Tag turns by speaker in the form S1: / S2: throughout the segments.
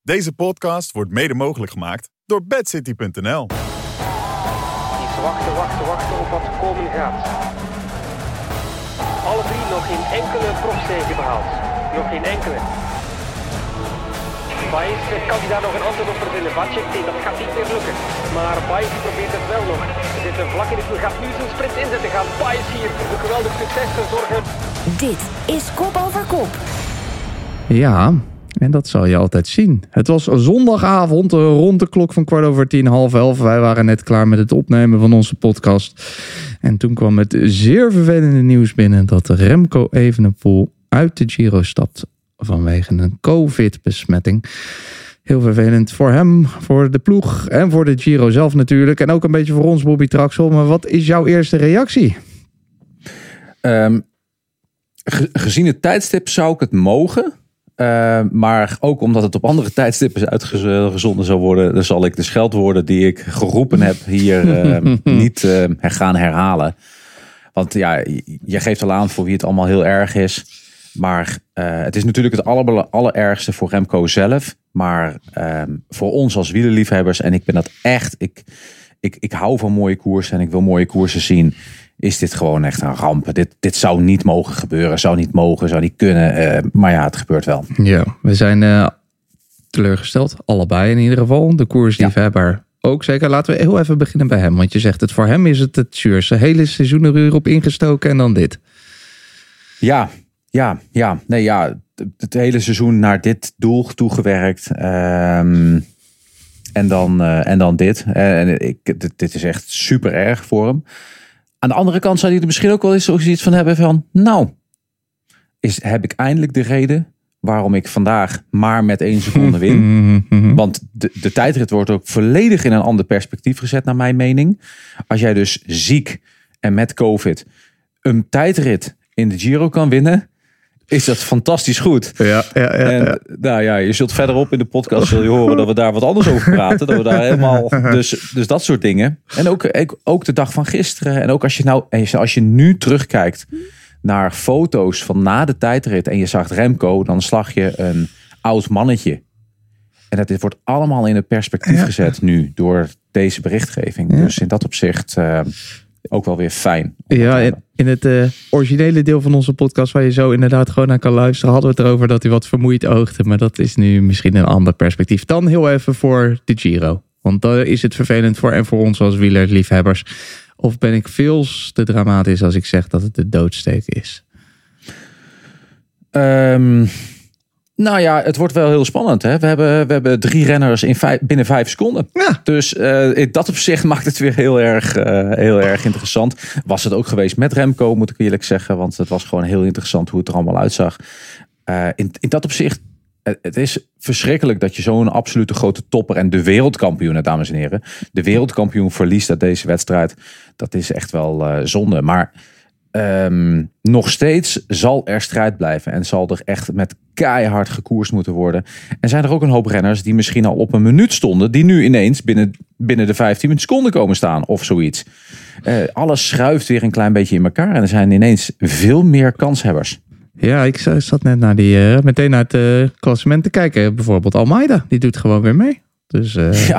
S1: Deze podcast wordt mede mogelijk gemaakt door bedcity.nl.
S2: Iets wachten op wat komen gaat. Alle drie nog geen enkele profzege behaald. Nog geen enkele. Baez, kan hij daar nog een antwoord op verzinnen? Vacek, nee, dat gaat niet meer lukken. Maar Baez probeert het wel nog. Er zit een vlak in het wiel, gaat nu zijn sprint inzetten. Gaat Baez hier voor een geweldig succes verzorgen.
S3: Dit is Kop over Kop.
S4: Ja, en dat zal je altijd zien. Het was zondagavond, rond de klok van 10:15, 10:30. Wij waren net klaar met het opnemen van onze podcast. En toen kwam het zeer vervelende nieuws binnen dat Remco Evenepoel uit de Giro stapt vanwege een COVID-besmetting. Heel vervelend voor hem, voor de ploeg en voor de Giro zelf natuurlijk. En ook een beetje voor ons, Bobby Traxel. Maar wat is jouw eerste reactie?
S5: Gezien het tijdstip zou ik het mogen. Maar ook omdat het op andere tijdstippen uitgezonden zou worden, dan zal ik de scheldwoorden die ik geroepen heb hier niet gaan herhalen. Want ja, je geeft al aan voor wie het allemaal heel erg is. Maar het is natuurlijk het allerergste voor Remco zelf. Maar voor ons als wielerliefhebbers, en ik ben dat echt, ik hou van mooie koersen en ik wil mooie koersen zien. Is dit gewoon echt een ramp. Dit zou niet mogen gebeuren. Zou niet mogen, zou niet kunnen. Maar ja, het gebeurt wel.
S4: Ja, we zijn teleurgesteld. Allebei in ieder geval. De koersliefhebber ook zeker. Laten we heel even beginnen bij hem. Want je zegt het, voor hem is het zuurste. Hele seizoen erop ingestoken en dan dit.
S5: Ja. Het hele seizoen naar dit doel toegewerkt. En dan dit. Dit is echt super erg voor hem. Aan de andere kant zou hij er misschien ook wel eens zoiets van hebben van, nou, heb ik eindelijk de reden waarom ik vandaag maar met 1 seconde win. Want de tijdrit wordt ook volledig in een ander perspectief gezet, naar mijn mening. Als jij dus ziek en met COVID een tijdrit in de Giro kan winnen, is dat fantastisch goed.
S4: Ja.
S5: Nou ja, je zult verderop in de podcast zul je horen dat we daar wat anders over praten. Dat we daar helemaal, dus dat soort dingen. En ook de dag van gisteren. En ook als je nu terugkijkt naar foto's van na de tijdrit en je zag Remco, dan slag je een oud mannetje. En dit wordt allemaal in het perspectief gezet nu door deze berichtgeving. Ja. Dus in dat opzicht ook wel weer fijn.
S4: Ja, in het originele deel van onze podcast, waar je zo inderdaad gewoon naar kan luisteren, hadden we het erover dat hij wat vermoeid oogde. Maar dat is nu misschien een ander perspectief. Dan heel even voor de Giro. Want daar is het vervelend voor en voor ons als wielerliefhebbers. Of ben ik veel te dramatisch als ik zeg dat het de doodsteek is?
S5: Nou ja, het wordt wel heel spannend. Hè? We hebben 3 renners binnen 5 seconden. Ja. Dus in dat opzicht maakt het weer heel erg interessant. Was het ook geweest met Remco, moet ik eerlijk zeggen. Want het was gewoon heel interessant hoe het er allemaal uitzag. In dat opzicht, het is verschrikkelijk dat je zo'n absolute grote topper en de wereldkampioen, dames en heren. De wereldkampioen verliest uit deze wedstrijd. Dat is echt wel zonde. Maar nog steeds zal er strijd blijven en zal er echt met keihard gekoerst moeten worden. En zijn er ook een hoop renners die misschien al op een minuut stonden, die nu ineens binnen de 15 seconden komen staan of zoiets. Alles schuift weer een klein beetje in elkaar en er zijn ineens veel meer kanshebbers.
S4: Ja, ik zat net meteen naar het klassement te kijken. Bijvoorbeeld Almeida, die doet gewoon weer mee. Dus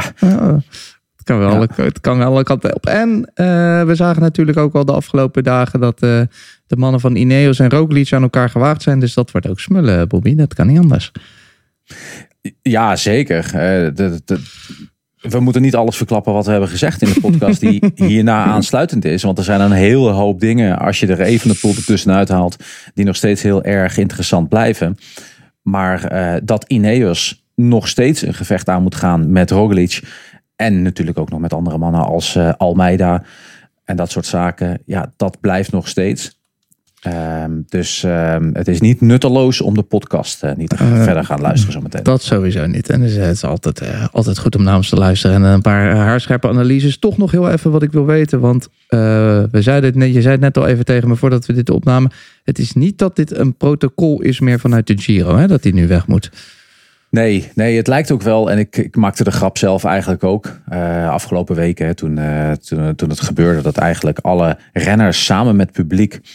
S4: het kan wel alle kanten op. En we zagen natuurlijk ook al de afgelopen dagen dat de mannen van Ineos en Roglic aan elkaar gewaagd zijn. Dus dat wordt ook smullen, Bobby. Dat kan niet anders.
S5: Ja, zeker. We moeten niet alles verklappen wat we hebben gezegd in de podcast die hierna aansluitend is. Want er zijn een hele hoop dingen, als je er even een poel ertussenuit haalt, die nog steeds heel erg interessant blijven. Maar dat Ineos nog steeds een gevecht aan moet gaan met Roglic. En natuurlijk ook nog met andere mannen als Almeida en dat soort zaken. Ja, dat blijft nog steeds. Dus het is niet nutteloos om de podcast niet verder gaan luisteren zometeen.
S4: Dat sowieso niet. En het is altijd goed om naar ons te luisteren. En een paar haarscherpe analyses. Toch nog heel even wat ik wil weten. Want je zei het net al even tegen me voordat we dit opnamen. Het is niet dat dit een protocol is meer vanuit de Giro. Hè, dat hij nu weg moet.
S5: Nee, het lijkt ook wel. En ik maakte de grap zelf eigenlijk ook. Afgelopen weken, toen het gebeurde, dat eigenlijk alle renners samen met publiek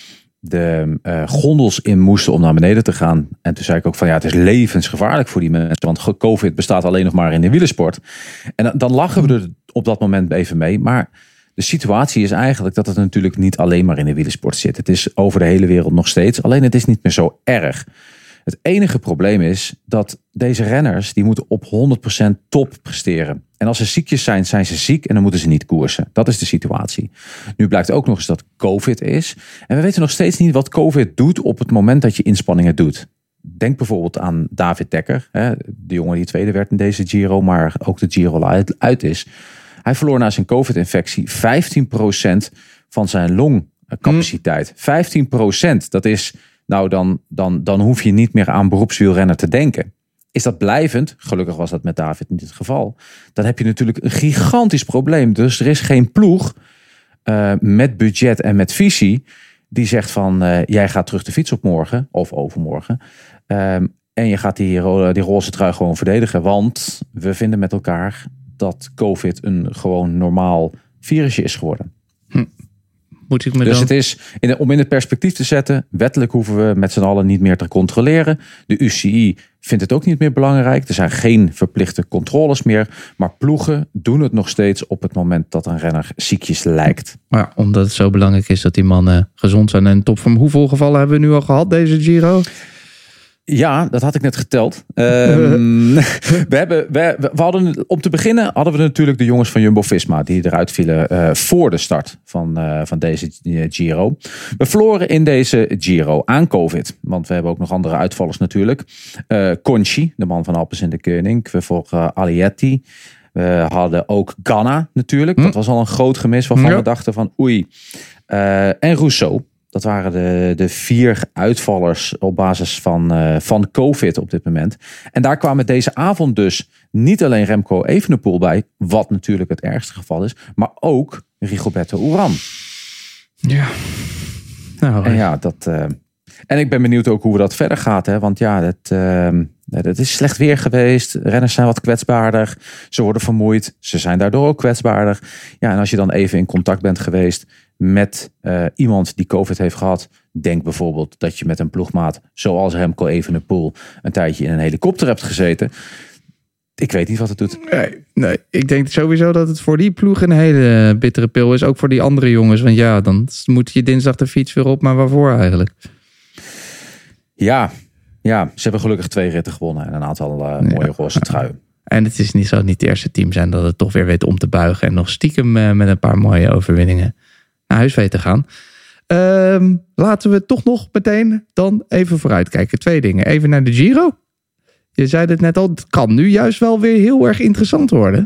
S5: de gondels in moesten om naar beneden te gaan. En toen zei ik ook van het is levensgevaarlijk voor die mensen. Want COVID bestaat alleen nog maar in de wielersport. En dan lachen we er op dat moment even mee. Maar de situatie is eigenlijk dat het natuurlijk niet alleen maar in de wielersport zit. Het is over de hele wereld nog steeds. Alleen het is niet meer zo erg. Het enige probleem is dat deze renners die moeten op 100% top presteren. En als ze ziekjes zijn, zijn ze ziek en dan moeten ze niet koersen. Dat is de situatie. Nu blijkt ook nog eens dat COVID is. En we weten nog steeds niet wat COVID doet op het moment dat je inspanningen doet. Denk bijvoorbeeld aan David Dekker. De jongen die tweede werd in deze Giro, maar ook de Giro uit is. Hij verloor na zijn COVID-infectie 15% van zijn longcapaciteit. 15%, dat is... Nou, dan hoef je niet meer aan beroepswielrenner te denken. Is dat blijvend? Gelukkig was dat met David niet het geval. Dan heb je natuurlijk een gigantisch probleem. Dus er is geen ploeg met budget en met visie die zegt van jij gaat terug de fiets op morgen of overmorgen. En je gaat die roze trui gewoon verdedigen. Want we vinden met elkaar dat COVID een gewoon normaal virusje is geworden. Dus het is, om in het perspectief te zetten, wettelijk hoeven we met z'n allen niet meer te controleren. De UCI vindt het ook niet meer belangrijk. Er zijn geen verplichte controles meer. Maar ploegen doen het nog steeds op het moment dat een renner ziekjes lijkt.
S4: Maar omdat het zo belangrijk is dat die mannen gezond zijn en topvorm. Hoeveel gevallen hebben we nu al gehad deze Giro?
S5: Ja, dat had ik net geteld. We hadden, om te beginnen hadden we natuurlijk de jongens van Jumbo-Visma die eruit vielen voor de start van deze Giro. We verloren in deze Giro aan COVID. Want we hebben ook nog andere uitvallers natuurlijk. Conchi, de man van Alpes in de Koning. We volgen Alietti. We hadden ook Ganna natuurlijk. Dat was al een groot gemis waarvan we dachten van oei. En Rousseau. Dat waren de 4 uitvallers op basis van COVID op dit moment. En daar kwamen deze avond dus niet alleen Remco Evenepoel bij, wat natuurlijk het ergste geval is, maar ook Rigoberto Urán.
S4: Ja. Nou,
S5: en ik ben benieuwd ook hoe dat verder gaat. Hè? Want het is slecht weer geweest. Renners zijn wat kwetsbaarder. Ze worden vermoeid. Ze zijn daardoor ook kwetsbaarder. Ja, en als je dan even in contact bent geweest met iemand die COVID heeft gehad. Denk bijvoorbeeld dat je met een ploegmaat zoals Remco Evenepoel een tijdje in een helikopter hebt gezeten. Ik weet niet wat het doet.
S4: Nee, ik denk sowieso dat het voor die ploeg een hele bittere pil is. Ook voor die andere jongens. Want ja, dan moet je dinsdag de fiets weer op. Maar waarvoor eigenlijk?
S5: Ja, ze hebben gelukkig 2 ritten gewonnen. En een aantal mooie roze truien.
S4: En het is niet zo niet het eerste team zijn dat het toch weer weet om te buigen. En nog stiekem met een paar mooie overwinningen naar huis weet te gaan. Laten we toch nog meteen dan even vooruitkijken. 2 dingen. Even naar de Giro. Je zei het net al, het kan nu juist wel weer heel erg interessant worden.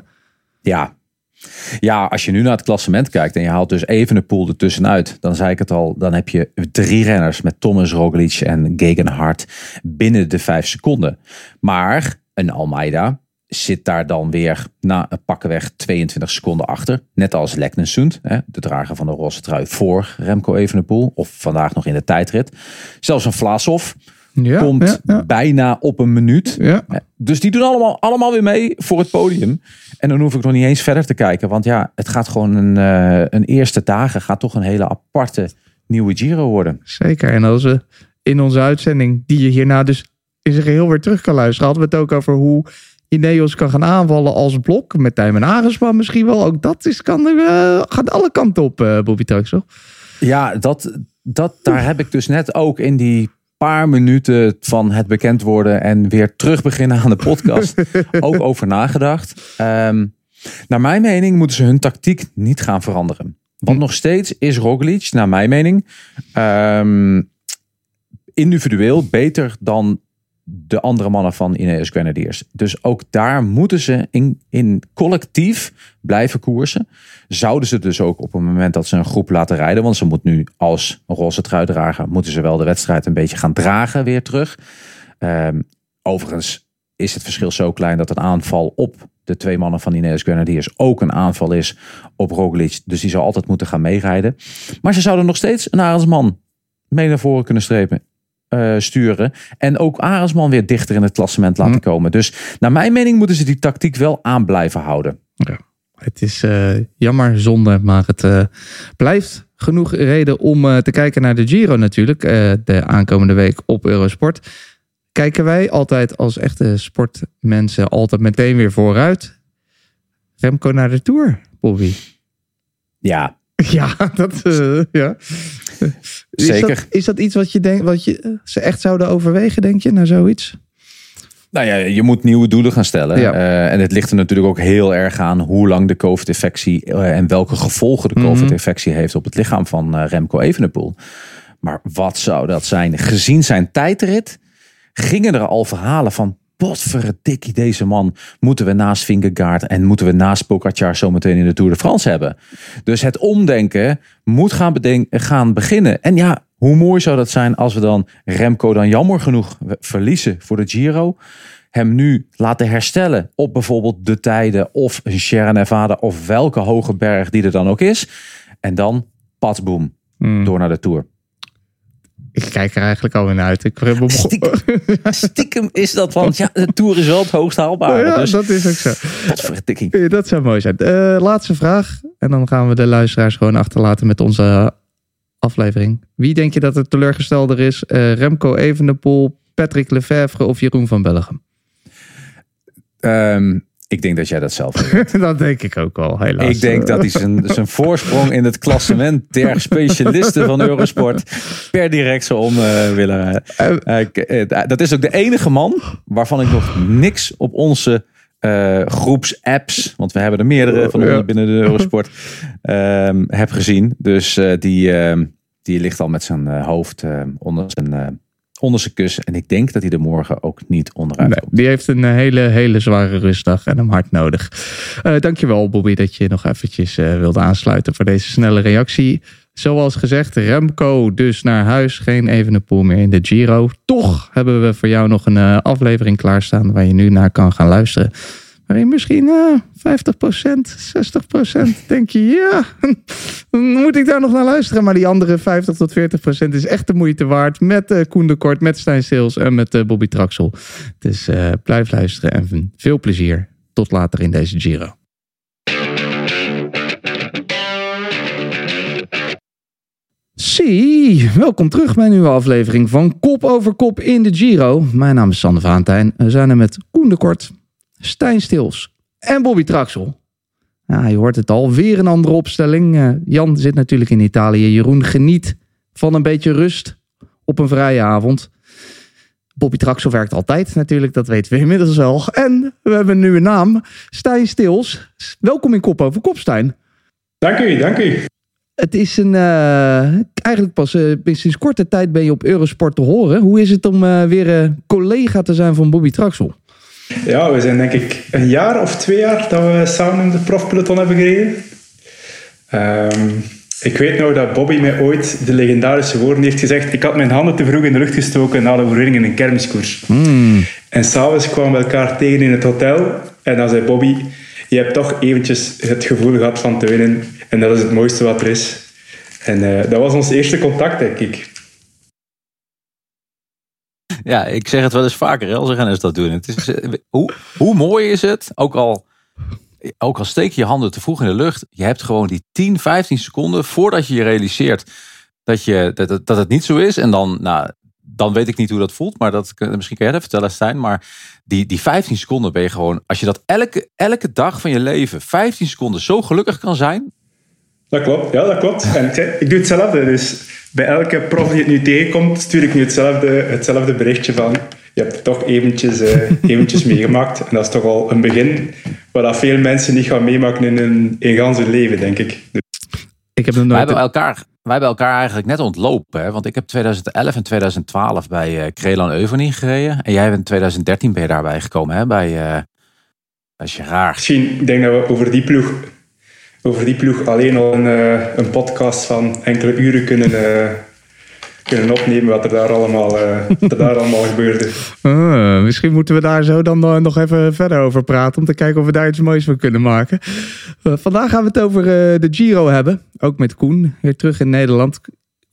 S5: Ja, als je nu naar het klassement kijkt en je haalt dus Evenepoel ertussenuit, dan zei ik het al, dan heb je 3 renners met Thomas, Roglic en Gegenhardt binnen de 5 seconden. Maar een Almeida zit daar dan weer na een pakkenweg 22 seconden achter. Net als Leknessund, de drager van de roze trui voor Remco Evenepoel. Of vandaag nog in de tijdrit. Zelfs een Vlasov komt bijna op een minuut. Ja. Dus die doen allemaal weer mee voor het podium. En dan hoef ik nog niet eens verder te kijken. Want ja, het gaat gewoon een eerste dagen gaat toch een hele aparte nieuwe Giro worden.
S4: Zeker. En als we in onze uitzending, die je hierna dus in zijn geheel weer terug kan luisteren, hadden we het ook over hoe Ineos kan gaan aanvallen als blok. Met Tijmen Arendsman misschien wel. Ook dat gaat alle kanten op, Bobby Trucks, toch?
S5: Ja, daar heb ik dus net ook in die paar minuten van het bekend worden en weer terug beginnen aan de podcast ook over nagedacht. Naar mijn mening moeten ze hun tactiek niet gaan veranderen. Want nog steeds is Roglic, naar mijn mening, individueel beter dan de andere mannen van Ineos Grenadiers. Dus ook daar moeten ze in collectief blijven koersen. Zouden ze dus ook op het moment dat ze een groep laten rijden, want ze moet nu als roze truidrager, moeten ze wel de wedstrijd een beetje gaan dragen weer terug. Overigens is het verschil zo klein dat een aanval op de 2 mannen van Ineos Grenadiers ook een aanval is op Roglic. Dus die zou altijd moeten gaan meerijden. Maar ze zouden nog steeds een Arendsman mee naar voren kunnen strepen. Sturen. En ook Arendsman weer dichter in het klassement laten komen. Dus naar mijn mening moeten ze die tactiek wel aan blijven houden.
S4: Ja. Het is jammer, zonde, maar het blijft genoeg reden om te kijken naar de Giro natuurlijk. De aankomende week op Eurosport. Kijken wij altijd als echte sportmensen altijd meteen weer vooruit. Remco naar de Tour, Bobby.
S5: Ja.
S4: Ja, dat ja.
S5: Zeker.
S4: Is dat iets wat je denkt, wat ze echt zouden overwegen, denk je, naar zoiets?
S5: Nou ja, je moet nieuwe doelen gaan stellen.
S4: Ja.
S5: En het ligt er natuurlijk ook heel erg aan hoe lang de COVID-infectie en welke gevolgen de COVID-infectie heeft op het lichaam van Remco Evenepoel. Maar wat zou dat zijn? Gezien zijn tijdrit gingen er al verhalen van, potverdikkie, deze man moeten we naast Vingegaard en moeten we naast Pogačar zometeen in de Tour de France hebben. Dus het omdenken moet gaan beginnen. En ja, hoe mooi zou dat zijn als we dan Remco dan jammer genoeg verliezen voor de Giro. Hem nu laten herstellen op bijvoorbeeld de tijden of Sierra Nevada of welke hoge berg die er dan ook is. En dan patsboom, door naar de Tour.
S4: Ik kijk er eigenlijk al in uit.
S5: Stiekem is dat, want ja, de Tour is wel het hoogst haalbare.
S4: Ja,
S5: dus
S4: dat is ook zo.
S5: Potverdikking.
S4: Dat zou mooi zijn. Laatste vraag. En dan gaan we de luisteraars gewoon achterlaten met onze aflevering. Wie denk je dat het teleurgestelder is? Remco Evenepoel, Patrick Lefevre of Jeroen van Bellegem?
S5: Ik denk dat jij dat zelf weet.
S4: Dat denk ik ook wel, helaas.
S5: Ik denk dat hij zijn voorsprong in het klassement der specialisten van Eurosport per direct zo om willen. Dat is ook de enige man waarvan ik nog niks op onze groepsapps, want we hebben er meerdere van binnen de Eurosport, heb gezien. Dus die ligt al met zijn hoofd onder zijn kussen. En ik denk dat hij er morgen ook niet onderuit komt.
S4: Die heeft een hele zware rustdag en hem hard nodig. Dankjewel, Bobby, dat je nog eventjes wilde aansluiten voor deze snelle reactie. Zoals gezegd, Remco dus naar huis. Geen Evenepoel meer in de Giro. Toch hebben we voor jou nog een aflevering klaarstaan waar je nu naar kan gaan luisteren. Waarin misschien 50%, 60% denk je, ja, moet ik daar nog naar luisteren. Maar die andere 50 tot 40% is echt de moeite waard. Met Koen de Kort, met Stijn Steels en met Bobby Traxel. Dus blijf luisteren en veel plezier. Tot later in deze Giro. Welkom terug bij een nieuwe aflevering van Kop over Kop in de Giro. Mijn naam is Sander Valentijn. We zijn er met Koen de Kort, Stijn Steels en Bobby Traxel. Ja, je hoort het al, weer een andere opstelling. Jan zit natuurlijk in Italië. Jeroen geniet van een beetje rust op een vrije avond. Bobby Traxel werkt altijd natuurlijk, dat weten we inmiddels wel. En we hebben een nieuwe naam, Stijn Steels. Welkom in Kop over Kop, Stijn.
S6: Dank u.
S4: Het is eigenlijk pas sinds korte tijd ben je op Eurosport te horen. Hoe is het om weer collega te zijn van Bobby Traxel?
S6: Ja, we zijn denk ik 1 jaar of 2 jaar dat we samen in de profpeloton hebben gereden. Ik weet nog dat Bobby mij ooit de legendarische woorden heeft gezegd. Ik had mijn handen te vroeg in de lucht gestoken na de overwinning in een kermiskoers. En s'avonds kwamen we elkaar tegen in het hotel. En dan zei Bobby, je hebt toch eventjes het gevoel gehad van te winnen. En dat is het mooiste wat er is. En dat was ons eerste contact, denk ik.
S5: Ja, ik zeg het wel eens vaker als renners dat doen. Het is, hoe mooi is het, ook al steek je je handen te vroeg in de lucht, je hebt gewoon die 10, 15 seconden voordat je je realiseert dat het niet zo is. En dan weet ik niet hoe dat voelt, maar misschien kan jij dat vertellen, Stijn. Maar die 15 seconden ben je gewoon, als je dat elke dag van je leven 15 seconden zo gelukkig kan zijn.
S6: Dat klopt, ja, dat klopt. En ik doe hetzelfde, dus bij elke prof die het nu tegenkomt, stuur ik nu hetzelfde berichtje van, je hebt het toch eventjes meegemaakt. En dat is toch al een begin, wat veel mensen niet gaan meemaken in gans hun leven, denk ik.
S5: Wij hebben elkaar eigenlijk net ontlopen, hè? Want ik heb 2011 en 2012 bij Crelan Evening gereden. En jij bent in 2013 ben je daarbij gekomen, hè? Bij Gerard.
S6: Misschien, ik denk dat we over die ploeg alleen al een podcast van enkele uren kunnen opnemen wat er daar allemaal gebeurde.
S4: Misschien moeten we daar zo dan nog even verder over praten om te kijken of we daar iets moois van kunnen maken. Vandaag gaan we het over de Giro hebben. Ook met Koen, weer terug in Nederland.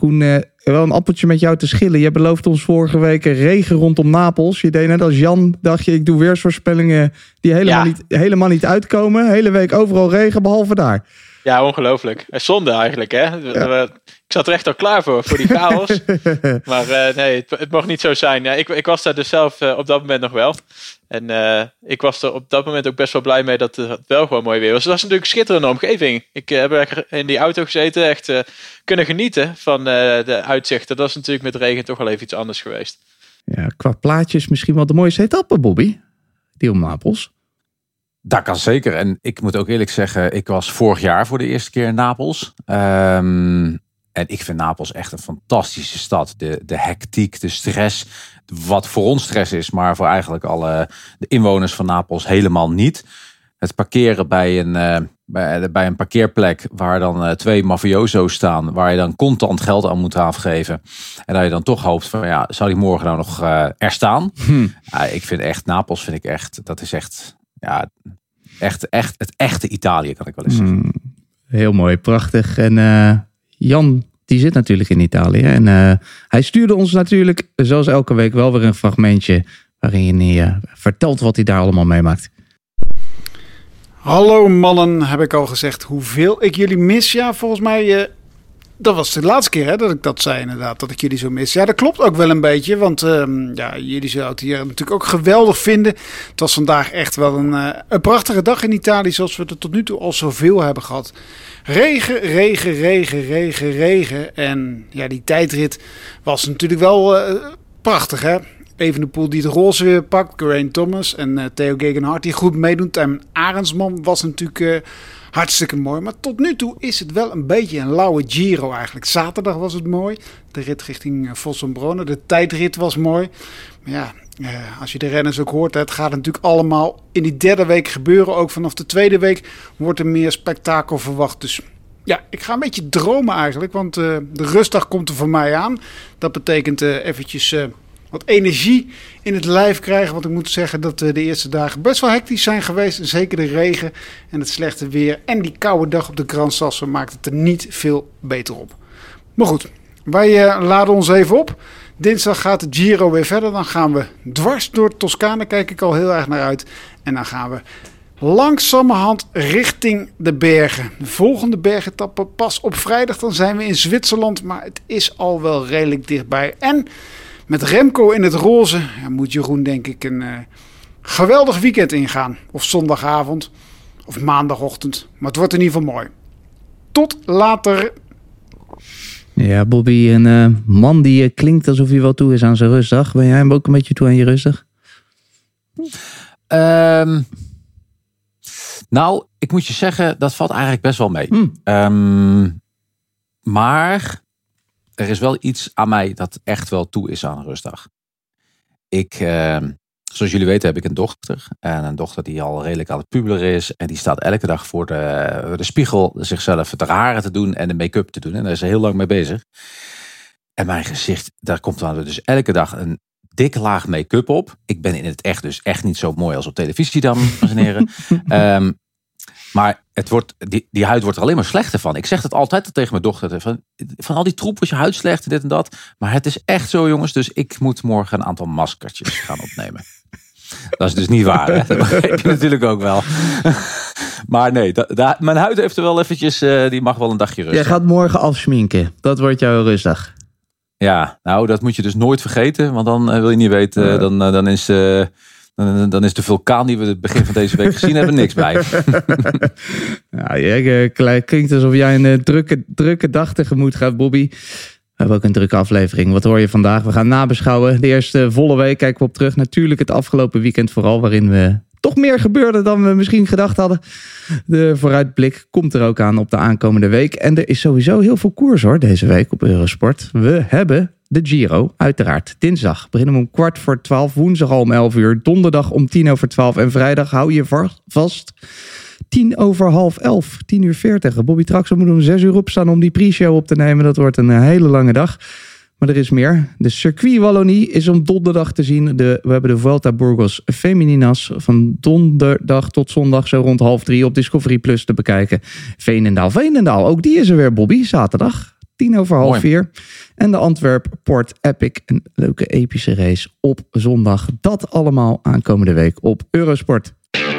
S4: Koen, wel een appeltje met jou te schillen. Je belooft ons vorige week regen rondom Napels. Je deed net als Jan, dacht je, ik doe weersvoorspellingen die helemaal niet uitkomen. Hele week overal regen, behalve daar.
S7: Ja, ongelooflijk. Zonde eigenlijk, hè? Ja. Ik zat er echt al klaar voor die chaos. Maar nee, het mocht niet zo zijn. Ja, ik was daar dus zelf op dat moment nog wel. En ik was er op dat moment ook best wel blij mee dat het wel gewoon mooi weer was. Het was natuurlijk een schitterende omgeving. Ik heb in die auto gezeten, echt kunnen genieten van de uitzichten. Dat was natuurlijk met regen toch wel even iets anders geweest.
S4: Ja, qua plaatjes misschien wel de mooiste etappe, Bobby. Die om Napels.
S5: Dat kan zeker. En ik moet ook eerlijk zeggen, ik was vorig jaar voor de eerste keer in Napels. En ik vind Napels echt een fantastische stad. De hectiek, de stress. Wat voor ons stress is, maar voor eigenlijk alle de inwoners van Napels helemaal niet. Het parkeren bij een parkeerplek waar dan 2 mafioso's staan. Waar je dan contant geld aan moet afgeven. En dat je dan toch hoopt van, ja, zou die morgen nou nog er staan? Ja, ik vind echt, Napels vind ik echt, dat is echt... Ja, echt het echte Italië, kan ik wel eens zeggen.
S4: Heel mooi, prachtig. En Jan, die zit natuurlijk in Italië. En hij stuurde ons natuurlijk, zoals elke week, wel weer een fragmentje waarin hij vertelt wat hij daar allemaal meemaakt.
S8: Hallo mannen, heb ik al gezegd hoeveel ik jullie mis? Ja, volgens mij... Dat was de laatste keer dat ik dat zei inderdaad, dat ik jullie zo mis. Ja, dat klopt ook wel een beetje, want jullie zouden het hier natuurlijk ook geweldig vinden. Het was vandaag echt wel een prachtige dag in Italië, zoals we er tot nu toe al zoveel hebben gehad. Regen. En ja, die tijdrit was natuurlijk wel prachtig, hè. Evenepoel die het roze weer pakt, Geraint Thomas en Theo Gegenhardt die goed meedoet. En Arendsman was natuurlijk... hartstikke mooi, maar tot nu toe is het wel een beetje een lauwe Giro eigenlijk. Zaterdag was het mooi, de rit richting Fossombrone, de tijdrit was mooi. Maar ja, als je de renners ook hoort, het gaat natuurlijk allemaal in die derde week gebeuren. Ook vanaf de tweede week wordt er meer spektakel verwacht. Dus ja, ik ga een beetje dromen eigenlijk, want de rustdag komt er voor mij aan. Dat betekent eventjes... wat energie in het lijf krijgen. Want ik moet zeggen dat de eerste dagen best wel hectisch zijn geweest. En zeker de regen en het slechte weer. En die koude dag op de Gran Sasso maakt het er niet veel beter op. Maar goed, wij laden ons even op. Dinsdag gaat de Giro weer verder. Dan gaan we dwars door Toscane. Kijk ik al heel erg naar uit. En dan gaan we langzamerhand richting de bergen. De volgende bergetappe pas op vrijdag. Dan zijn we in Zwitserland. Maar het is al wel redelijk dichtbij. En... met Remco in het roze moet Jeroen denk ik een geweldig weekend ingaan. Of zondagavond of maandagochtend. Maar het wordt in ieder geval mooi. Tot later.
S4: Ja, Bobby, een man die klinkt alsof hij wel toe is aan zijn rustdag. Ben jij hem ook een beetje toe aan je rustdag?
S5: Nou, ik moet je zeggen, dat valt eigenlijk best wel mee. Maar... er is wel iets aan mij dat echt wel toe is aan een rustdag. Zoals jullie weten heb ik een dochter. En een dochter die al redelijk aan het puberen is. En die staat elke dag voor de spiegel zichzelf de haren te doen en de make-up te doen. En daar is ze heel lang mee bezig. En mijn gezicht, daar komt dan dus elke dag een dikke laag make-up op. Ik ben in het echt dus echt niet zo mooi als op televisie, dames en heren. Maar die huid wordt er alleen maar slechter van. Ik zeg het altijd tegen mijn dochter. Van al die troep wordt je huid slecht, dit en dat. Maar het is echt zo, jongens. Dus ik moet morgen een aantal maskertjes gaan opnemen. Dat is dus niet waar, hè? Dat begrijp je natuurlijk ook wel. Maar nee, mijn huid heeft er wel eventjes... die mag wel een dagje rusten.
S4: Jij gaat morgen afschminken. Dat wordt jouw rustdag.
S5: Ja, nou, dat moet je dus nooit vergeten. Want dan wil je niet weten... Dan is de vulkaan die we het begin van deze week gezien hebben niks bij.
S4: Ja, klinkt alsof jij een drukke dag tegemoet gaat, Bobby. We hebben ook een drukke aflevering. Wat hoor je vandaag? We gaan nabeschouwen. De eerste volle week kijken we op terug. Natuurlijk het afgelopen weekend vooral, waarin we toch meer gebeurde dan we misschien gedacht hadden. De vooruitblik komt er ook aan op de aankomende week. En er is sowieso heel veel koers hoor deze week op Eurosport. We hebben de Giro, uiteraard. Dinsdag beginnen we om 11:15. Woensdag al om 11:00. Donderdag om 10:12. En vrijdag hou je vast 10:11. 10:40. Bobby Traxel moet om 6:00 opstaan om die pre-show op te nemen. Dat wordt een hele lange dag. Maar er is meer. De Circuit Wallonie is om donderdag te zien. We hebben de Vuelta Burgos Femininas van donderdag tot zondag zo rond 2:30 op Discovery Plus te bekijken. Veenendaal, ook die is er weer, Bobby, zaterdag. 4:10. En de Antwerp-Port Epic, een leuke epische race op zondag. Dat allemaal aankomende week op Eurosport.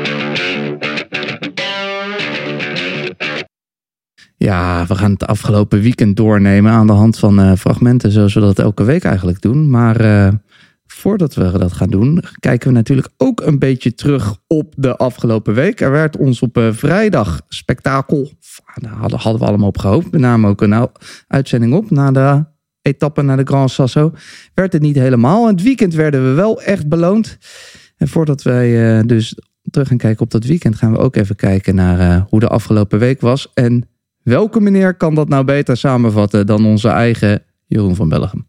S4: Ja, we gaan het afgelopen weekend doornemen aan de hand van fragmenten, zoals we dat elke week eigenlijk doen. Maar voordat we dat gaan doen, kijken we natuurlijk ook een beetje terug op de afgelopen week. Er werd ons op vrijdag spektakel, daar hadden we allemaal op gehoopt. We namen ook een uitzending op na de etappe naar de Gran Sasso. Werd het niet helemaal. Het weekend werden we wel echt beloond. En voordat wij dus terug gaan kijken op dat weekend, gaan we ook even kijken naar hoe de afgelopen week was. En welke meneer kan dat nou beter samenvatten dan onze eigen Jeroen van Bellegem?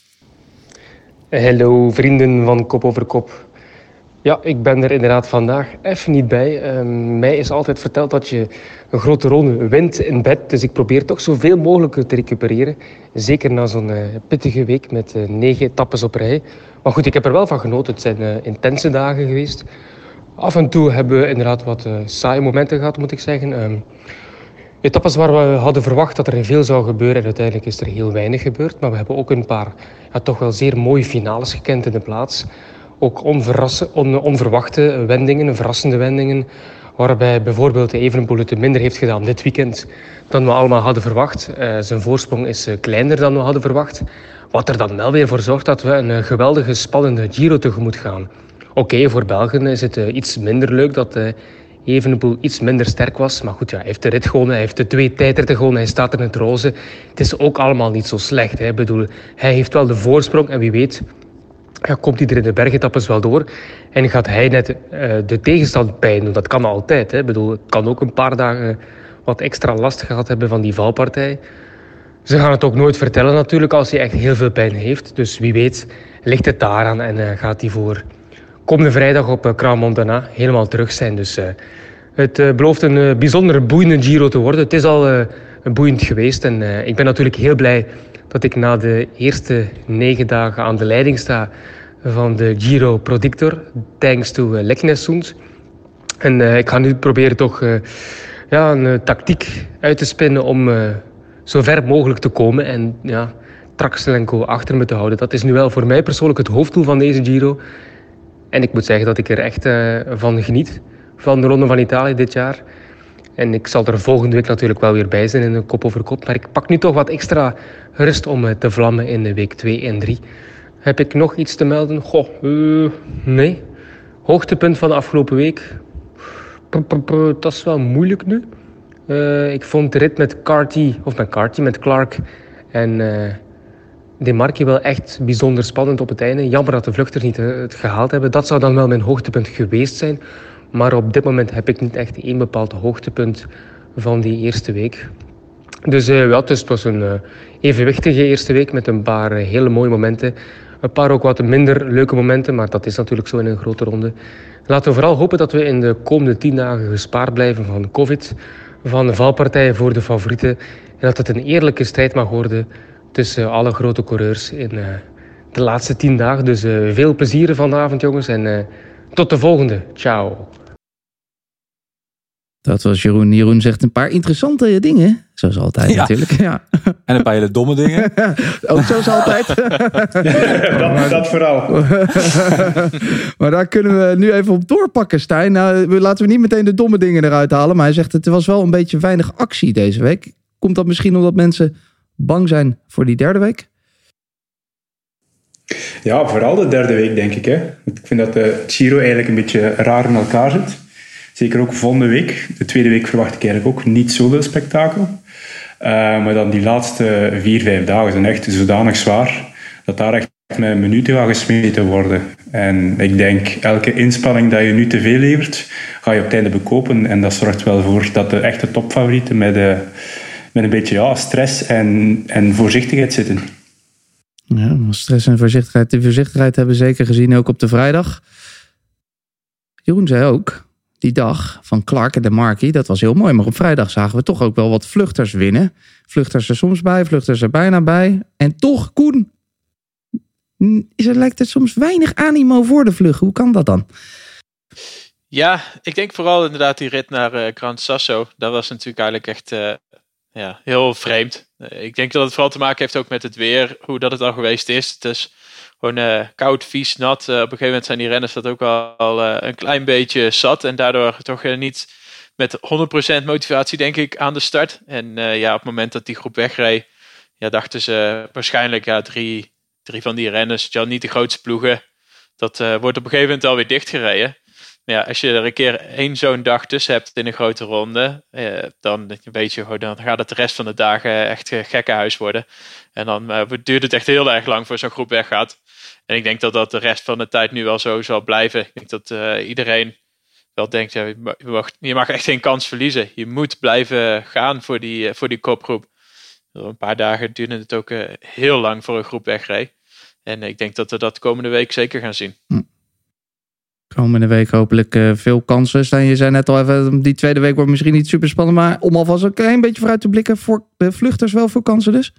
S9: Hallo vrienden van Kop Over Kop. Ja, ik ben er inderdaad vandaag even niet bij. Mij is altijd verteld dat je een grote ronde wint in bed. Dus ik probeer toch zoveel mogelijk te recupereren. Zeker na zo'n pittige week met 9 etappes op rij. Maar goed, ik heb er wel van genoten. Het zijn intense dagen geweest. Af en toe hebben we inderdaad wat saaie momenten gehad, moet ik zeggen. Etappes waar we hadden verwacht dat er veel zou gebeuren. En uiteindelijk is er heel weinig gebeurd. Maar we hebben ook een paar toch wel zeer mooie finales gekend in de plaats. Ook onverwachte wendingen, verrassende wendingen. Waarbij bijvoorbeeld Evenepoel het minder heeft gedaan dit weekend dan we allemaal hadden verwacht. Zijn voorsprong is kleiner dan we hadden verwacht. Wat er dan wel weer voor zorgt dat we een geweldige spannende Giro tegemoet gaan. Oké, voor Belgen is het iets minder leuk dat Evenepoel iets minder sterk was. Maar goed, ja, hij heeft de rit gewonnen, hij heeft de 2 tijdritten gewonnen, hij staat in het roze. Het is ook allemaal niet zo slecht. Hè. Ik bedoel, hij heeft wel de voorsprong en wie weet komt hij er in de bergetappes wel door. En gaat hij net de tegenstand pijn doen. Dat kan altijd. Hè. Ik bedoel, het kan ook een paar dagen wat extra last gehad hebben van die valpartij. Ze gaan het ook nooit vertellen natuurlijk als hij echt heel veel pijn heeft. Dus wie weet ligt het daaraan en gaat hij voor komende vrijdag op Crans-Montana helemaal terug zijn. Dus het belooft een bijzonder boeiende Giro te worden. Het is al boeiend geweest en ik ben natuurlijk heel blij dat ik na de eerste 9 dagen aan de leiding sta van de Giro Predictor, thanks to Leknesund. En ik ga nu proberen toch een tactiek uit te spinnen om zo ver mogelijk te komen en Traxel achter me te houden. Dat is nu wel voor mij persoonlijk het hoofddoel van deze Giro. En ik moet zeggen dat ik er echt van geniet, van de Ronde van Italië dit jaar. En ik zal er volgende week natuurlijk wel weer bij zijn in een Kop Over Kop. Maar ik pak nu toch wat extra rust om te vlammen in de week 2 en 3. Heb ik nog iets te melden? Nee. Hoogtepunt van de afgelopen week? Dat is wel moeilijk nu. Ik vond de rit met Clark en De Marchi wel echt bijzonder spannend op het einde. Jammer dat de vluchters niet het gehaald hebben. Dat zou dan wel mijn hoogtepunt geweest zijn. Maar op dit moment heb ik niet echt één bepaald hoogtepunt van die eerste week. Dus het was een evenwichtige eerste week met een paar hele mooie momenten. Een paar ook wat minder leuke momenten, maar dat is natuurlijk zo in een grote ronde. Laten we vooral hopen dat we in de komende 10 dagen gespaard blijven van COVID, van de valpartijen voor de favorieten. En dat het een eerlijke strijd mag worden tussen alle grote coureurs in de laatste 10 dagen. Dus veel plezier vanavond, jongens. En tot de volgende. Ciao.
S4: Dat was Jeroen. Jeroen zegt een paar interessante dingen. Zoals altijd natuurlijk. Ja.
S5: En een paar hele domme dingen.
S4: Ook zoals altijd.
S6: dat vooral.
S4: Maar daar kunnen we nu even op doorpakken, Stijn. Nou, laten we niet meteen de domme dingen eruit halen. Maar hij zegt het was wel een beetje weinig actie deze week. Komt dat misschien omdat mensen bang zijn voor die derde week?
S6: Ja, vooral de derde week, denk ik. Hè. Ik vind dat de Giro eigenlijk een beetje raar in elkaar zit. Zeker ook volgende week. De tweede week verwacht ik eigenlijk ook niet zoveel spektakel. Maar dan die laatste 4-5 dagen zijn echt zodanig zwaar dat daar echt met minuten gaat gesmeten worden. En ik denk, elke inspanning dat je nu te veel levert, ga je op het einde bekopen. En dat zorgt wel voor dat de echte topfavorieten met een beetje stress en voorzichtigheid zitten.
S4: Ja, stress en voorzichtigheid. De voorzichtigheid hebben we zeker gezien ook op de vrijdag. Jeroen zei ook, die dag van Clark en De Marchi, dat was heel mooi. Maar op vrijdag zagen we toch ook wel wat vluchters winnen. Vluchters er soms bij, vluchters er bijna bij. En toch, Koen, lijkt het soms weinig animo voor de vlucht. Hoe kan dat dan?
S7: Ja, ik denk vooral inderdaad die rit naar Gran Sasso. Dat was natuurlijk eigenlijk echt ja, heel vreemd. Ik denk dat het vooral te maken heeft ook met het weer, hoe dat het al geweest is. Het is gewoon koud, vies, nat. Op een gegeven moment zijn die renners dat ook al een klein beetje zat. En daardoor toch niet met 100% motivatie, denk ik, aan de start. En op het moment dat die groep wegreed, dachten ze waarschijnlijk, drie van die renners, niet de grootste ploegen, dat wordt op een gegeven moment alweer dichtgereden. Maar ja, als je er een keer 1 zo'n dag tussen hebt in een grote ronde, dan weet je gewoon, dan gaat het de rest van de dagen echt gekkenhuis worden. En dan duurt het echt heel erg lang voor zo'n groep weggaat. En ik denk dat dat de rest van de tijd nu wel zo zal blijven. Ik denk dat iedereen wel denkt, je mag echt geen kans verliezen. Je moet blijven gaan voor die kopgroep. Een paar dagen duurde het ook heel lang voor een groep wegreed. En ik denk dat we dat komende week zeker gaan zien.
S4: Komende week hopelijk veel kansen. Stijn, je zei net al even, die tweede week wordt misschien niet super spannend. Maar om alvast een klein beetje vooruit te blikken, voor de vluchters wel veel kansen dus?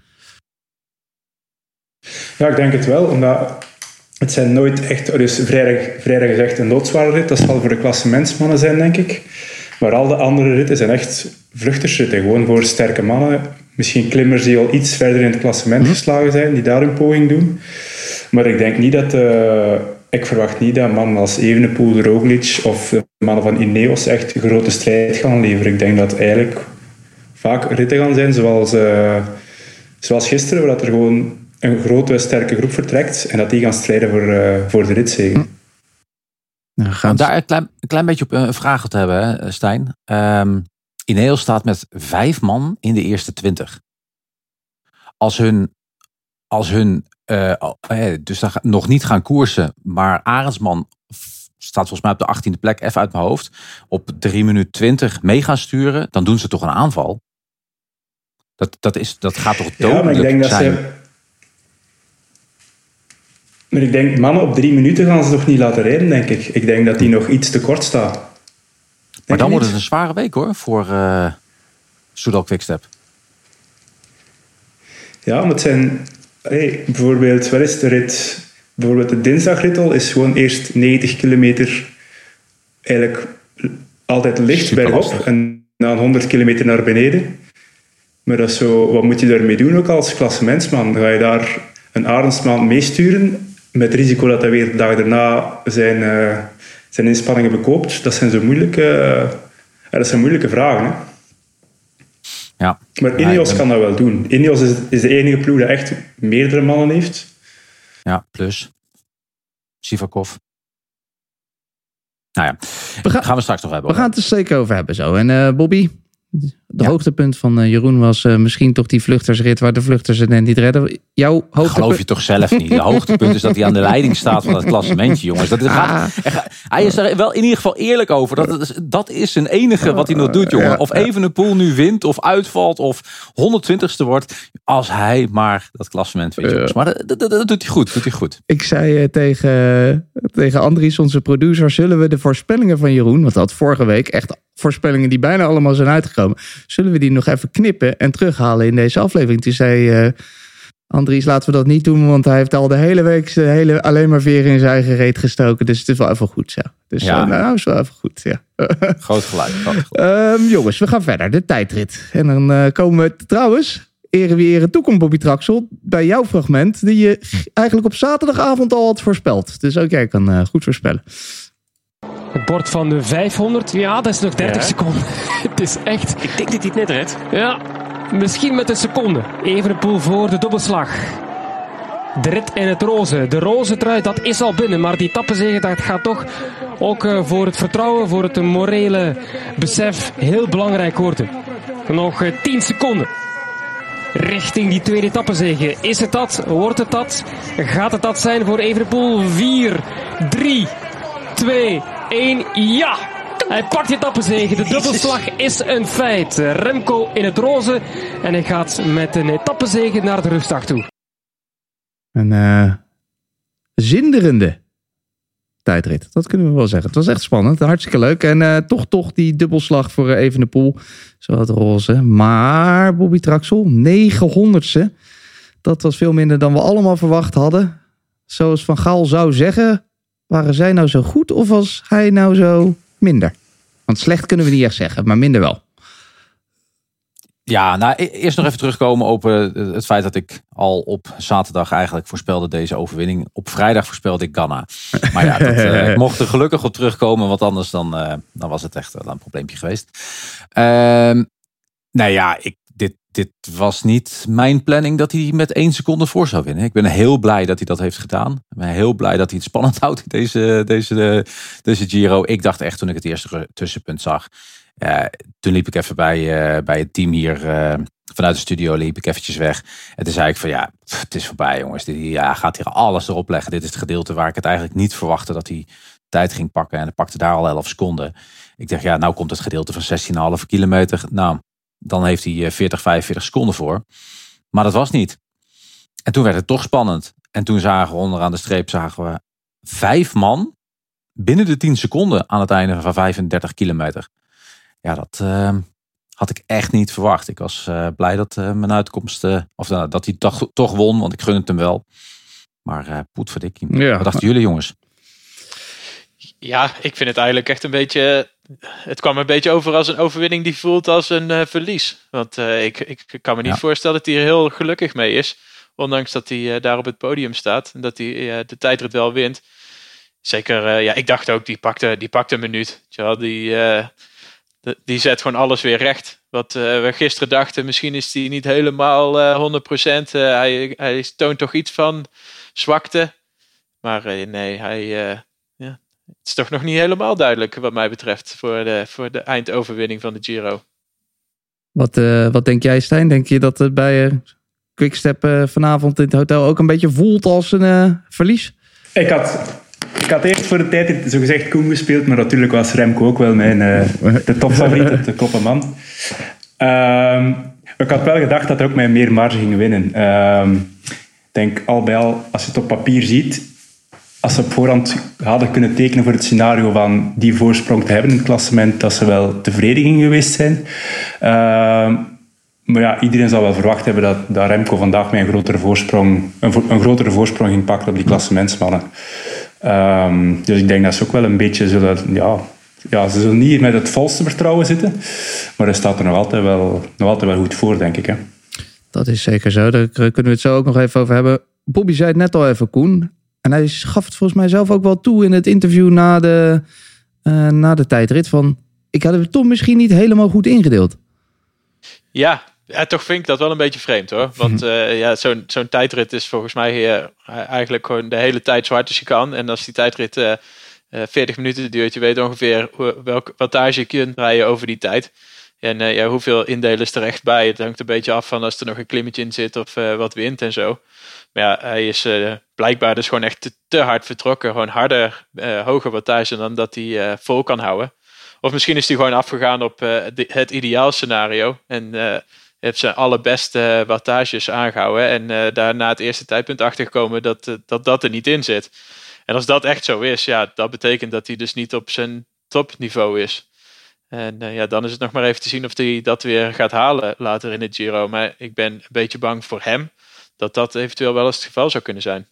S6: Ja, ik denk het wel. Omdat het zijn nooit echt... Dus vrijdag is echt een loodzware rit. Dat zal voor de klassementsmannen zijn, denk ik. Maar al de andere ritten zijn echt vluchtersritten. Gewoon voor sterke mannen. Misschien klimmers die al iets verder in het klassement geslagen zijn. Die daar een poging doen. Maar ik denk niet dat... Ik verwacht niet dat mannen als Evenepoel, Roglic of de mannen van Ineos echt een grote strijd gaan leveren. Ik denk dat eigenlijk vaak ritten gaan zijn zoals gisteren, waar er gewoon een grote, sterke groep vertrekt en dat die gaan strijden voor de ritzege.
S5: Om daar een klein beetje op een vraag te hebben, hè, Stijn. Ineos staat met 5 man in de eerste 20. Als hun dus dan nog niet gaan koersen, maar Arendsman staat volgens mij op de 18e plek, even uit mijn hoofd, op 3 minuten 20 mee gaan sturen, dan doen ze toch een aanval? Dat gaat toch dodelijk
S6: maar ik denk
S5: zijn?
S6: Maar ik denk, mannen op 3 minuten gaan ze nog niet laten rijden, denk ik. Ik denk dat die nog iets te kort staat.
S5: Maar dan wordt het een zware week hoor, voor Soudal Quickstep.
S6: Ja, maar het zijn... bijvoorbeeld, wat is de rit? Bijvoorbeeld de dinsdagrit al is gewoon eerst 90 kilometer eigenlijk altijd licht bergop en dan 100 kilometer naar beneden. Maar dat is zo, wat moet je daarmee doen ook als klassementsman? Ga je daar een Arendsman meesturen met het risico dat hij weer de dag daarna zijn inspanningen bekoopt? Dat zijn zo moeilijke vragen. Hè?
S5: Ja.
S6: Maar Ineos kan dat wel doen. Ineos is de enige ploeg die echt meerdere mannen heeft.
S5: Ja, plus Sivakov. Nou ja, gaan we straks nog hebben.
S4: We gaan het er zeker over hebben zo. En Bobby, de hoogtepunt van Jeroen was misschien toch die vluchtersrit waar de vluchters het net niet redden. Jouw hoogtepunt...
S5: Geloof je toch zelf niet? De hoogtepunt is dat hij aan de leiding staat van het klassementje, jongens. Hij is er wel in ieder geval eerlijk over. Dat is zijn enige wat hij nog doet, jongen. Of Evenepoel nu wint of uitvalt of 120ste wordt. Als hij maar dat klassement wint, jongens. Maar dat doet hij goed.
S4: Ik zei tegen Andries, onze producer, zullen we de voorspellingen van Jeroen, want dat vorige week echt voorspellingen die bijna allemaal zijn uitgekomen, zullen we die nog even knippen en terughalen in deze aflevering? Toen zei Andries, laten we dat niet doen, want hij heeft al de hele week alleen maar veren in zijn eigen reet gestoken. Dus het is wel even goed, ja. Dus is wel even goed, ja.
S5: Groot gelijk.
S4: Jongens, we gaan verder. De tijdrit. En dan komen we trouwens, ere wie ere toekomt, Bobby Traxel, bij jouw fragment, die je eigenlijk op zaterdagavond al had voorspeld. Dus ook jij kan goed voorspellen.
S10: Het bord van de 500. Ja, dat is nog 30 seconden. Het is echt...
S11: Ik denk dat hij het net redt.
S10: Ja, misschien met een seconde. Evenepoel voor de dubbelslag. De rit in het roze. De roze trui, dat is al binnen. Maar die tappenzege, dat gaat toch ook voor het vertrouwen, voor het morele besef heel belangrijk worden. Nog 10 seconden. Richting die tweede tappenzege. Is het dat? Wordt het dat? Gaat het dat zijn voor Evenepoel? 4, 3, 2, 1, ja! Hij pakt die tappenzege. De dubbelslag is een feit. Remco in het roze. En hij gaat met een etappenzege naar de rustdag toe.
S4: Een zinderende tijdrit. Dat kunnen we wel zeggen. Het was echt spannend. Hartstikke leuk. En toch die dubbelslag voor Evenepoel. Zo het roze. Maar Bobby Traxel, 900ste. Dat was veel minder dan we allemaal verwacht hadden. Zoals Van Gaal zou zeggen, waren zij nou zo goed of was hij nou zo minder? Want slecht kunnen we niet echt zeggen, maar minder wel.
S5: Ja, nou, eerst nog even terugkomen op het feit dat ik al op zaterdag eigenlijk voorspelde deze overwinning. Op vrijdag voorspelde ik Ghana. Maar ja, ik mocht er gelukkig op terugkomen, want anders dan was het echt een probleempje geweest. Nou ja, dit was niet mijn planning dat hij met 1 seconde voor zou winnen. Ik ben heel blij dat hij dat heeft gedaan. Ik ben heel blij dat hij het spannend houdt in deze Giro. Ik dacht echt toen ik het eerste tussenpunt zag. Toen liep ik even bij het team hier vanuit de studio liep ik eventjes weg. En toen zei ik van het is voorbij jongens. Hij gaat hier alles erop leggen. Dit is het gedeelte waar ik het eigenlijk niet verwachtte dat hij tijd ging pakken. En hij pakte daar al 11 seconden. Ik dacht nou komt het gedeelte van 16,5 kilometer. Nou, dan heeft hij 45 seconden voor. Maar dat was niet. En toen werd het toch spannend. En toen zagen we onderaan de streep 5 man binnen de 10 seconden aan het einde van 35 kilometer. Ja, dat had ik echt niet verwacht. Ik was blij dat mijn uitkomst, dat hij toch won, want ik gun het hem wel. Maar poetverdikkie. Ja. Wat dachten jullie, jongens?
S7: Ja, ik vind het eigenlijk echt een beetje... Het kwam een beetje over als een overwinning die voelt als een verlies. Want ik kan me niet voorstellen dat hij er heel gelukkig mee is. Ondanks dat hij daar op het podium staat. En dat hij de tijdrit wel wint. Zeker, ik dacht ook, die pakte een minuut. Die zet gewoon alles weer recht. Wat we gisteren dachten, misschien is hij niet helemaal 100%. Hij toont toch iets van zwakte. Maar het is toch nog niet helemaal duidelijk wat mij betreft voor de eindoverwinning van de Giro.
S4: Wat denk jij, Stijn? Denk je dat het bij Quickstep vanavond in het hotel ook een beetje voelt als een verlies? Ik had eerst voor de tijd zogezegd Koen gespeeld, maar natuurlijk was Remco ook wel de topfavoriet, de koppenman. Ik had wel gedacht dat hij ook met meer marge ging winnen. Ik denk al bij al, als je het op papier ziet, als ze op voorhand hadden kunnen tekenen voor het scenario van die voorsprong te hebben in het klassement, dat ze wel tevreden gingen geweest zijn. Maar ja, iedereen zal wel verwacht hebben dat Remco vandaag met een grotere voorsprong ging pakken op die klassementsmannen. Dus ik denk dat ze ook wel een beetje zullen... ze zullen niet met het volste vertrouwen zitten. Maar hij staat er nog altijd wel goed voor, denk ik. Hè. Dat is zeker zo. Daar kunnen we het zo ook nog even over hebben. Bobby zei het net al even, Koen. En hij gaf het volgens mij zelf ook wel toe in het interview na de tijdrit. Van, ik had het toch misschien niet helemaal goed ingedeeld.
S7: Ja, toch vind ik dat wel een beetje vreemd hoor. Want zo'n tijdrit is volgens mij eigenlijk gewoon de hele tijd zo hard als je kan. En als die tijdrit 40 minuten duurt, je weet ongeveer welke wattage je kunt rijden over die tijd. En hoeveel indelen is er echt bij? Het hangt een beetje af van als er nog een klimmetje in zit of wat wind en zo. Maar ja, hij is blijkbaar dus gewoon echt te hard vertrokken. Gewoon harder, hoger wattage dan dat hij vol kan houden. Of misschien is hij gewoon afgegaan op het ideaalscenario. En heeft zijn allerbeste wattages aangehouden. En daar na het eerste tijdpunt achtergekomen dat er niet in zit. En als dat echt zo is, dat betekent dat hij dus niet op zijn topniveau is. En dan is het nog maar even te zien of hij dat weer gaat halen later in het Giro. Maar ik ben een beetje bang voor hem dat eventueel wel eens het geval zou kunnen zijn.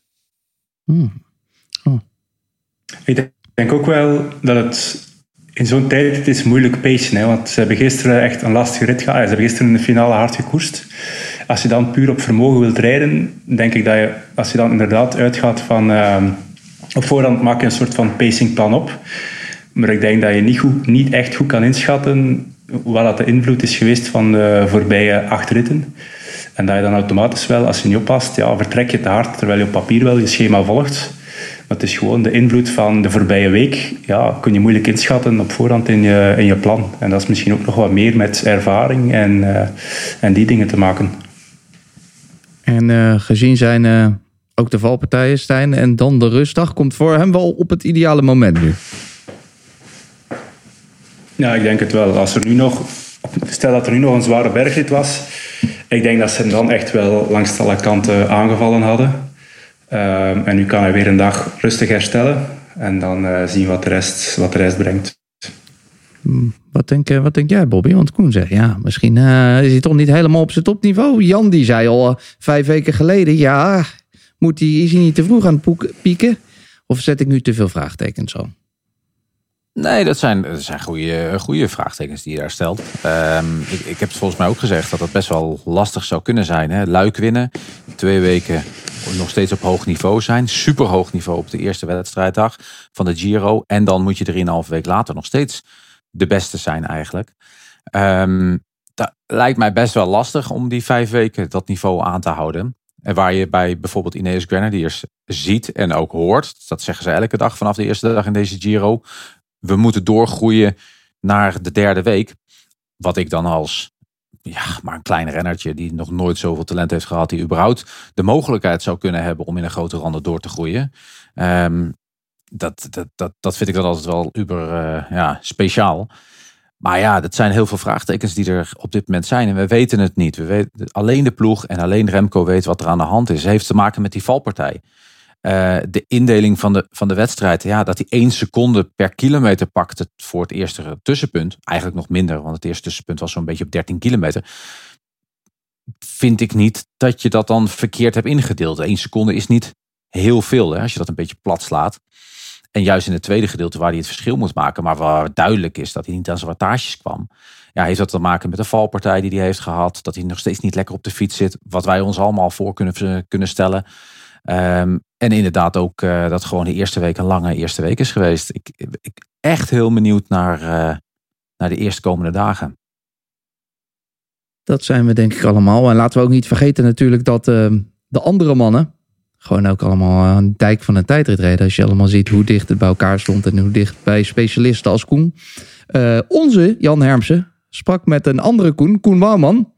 S6: Ik denk ook wel dat het in zo'n tijd het is moeilijk pacen. Want ze hebben gisteren echt een lastige rit gehad. Ze hebben gisteren in de finale hard gekoerst. Als je dan puur op vermogen wilt rijden, denk ik dat je, als je dan inderdaad uitgaat van... op voorhand maak je een soort van pacingplan op. Maar ik denk dat je niet echt goed kan inschatten wat de invloed is geweest van de voorbije 8 ritten. En dat je dan automatisch wel, als je niet oppast, vertrek je te hard, terwijl je op papier wel je schema volgt. Maar het is gewoon de invloed van de voorbije week, kun je moeilijk inschatten op voorhand in je plan. En dat is misschien ook nog wat meer met ervaring en die dingen te maken.
S4: En gezien zijn ook de valpartijen, Stijn, en dan de rustdag, komt voor hem wel op het ideale moment nu.
S6: Ja, ik denk het wel. Stel dat er nu nog een zware bergrit was, ik denk dat ze hem dan echt wel langs alle kanten aangevallen hadden. En nu kan hij weer een dag rustig herstellen en dan zien wat de rest brengt.
S4: Wat denk jij, Bobby? Want Koen zegt, misschien is hij toch niet helemaal op zijn topniveau. Jan die zei al 5 weken geleden, is hij niet te vroeg aan het pieken? Of zet ik nu te veel vraagtekens zo?
S5: Nee, dat zijn goede vraagtekens die je daar stelt. Ik heb het volgens mij ook gezegd dat het best wel lastig zou kunnen zijn. Hè? Luik winnen, 2 weken nog steeds op hoog niveau zijn. Super hoog niveau op de eerste wedstrijddag van de Giro. En dan moet je 3,5 week later nog steeds de beste zijn eigenlijk. Dat lijkt mij best wel lastig om die 5 weken dat niveau aan te houden. En waar je bij bijvoorbeeld Ineos Grenadiers ziet en ook hoort, dat zeggen ze elke dag vanaf de eerste dag in deze Giro, we moeten doorgroeien naar de 3e week. Wat ik dan als maar een klein rennertje die nog nooit zoveel talent heeft gehad, die überhaupt de mogelijkheid zou kunnen hebben om in een grote ronde door te groeien. Dat vind ik dan altijd wel uber speciaal. Maar ja, dat zijn heel veel vraagtekens die er op dit moment zijn. En we weten het niet. Alleen de ploeg en alleen Remco weet wat er aan de hand is. Het heeft te maken met die valpartij. De indeling van de wedstrijd. Ja, dat hij 1 seconde per kilometer pakte voor het eerste tussenpunt. Eigenlijk nog minder, want het eerste tussenpunt was zo'n beetje op 13 kilometer. Vind ik niet dat je dat dan verkeerd hebt ingedeeld. 1 seconde is niet heel veel, hè, als je dat een beetje plat slaat. En juist in het tweede gedeelte waar hij het verschil moet maken, maar waar duidelijk is dat hij niet aan zijn wattages kwam. Ja, heeft dat te maken met de valpartij die hij heeft gehad. Dat hij nog steeds niet lekker op de fiets zit. Wat wij ons allemaal voor kunnen stellen. En inderdaad ook dat gewoon de eerste week een lange eerste week is geweest. Ik echt heel benieuwd naar de eerstkomende dagen.
S4: Dat zijn we denk ik allemaal. En laten we ook niet vergeten natuurlijk dat de andere mannen gewoon ook allemaal een dijk van een tijdrit reden. Als je allemaal ziet hoe dicht het bij elkaar stond en hoe dicht bij specialisten als Koen. Onze Jan Hermsen sprak met een andere Koen Wouwman.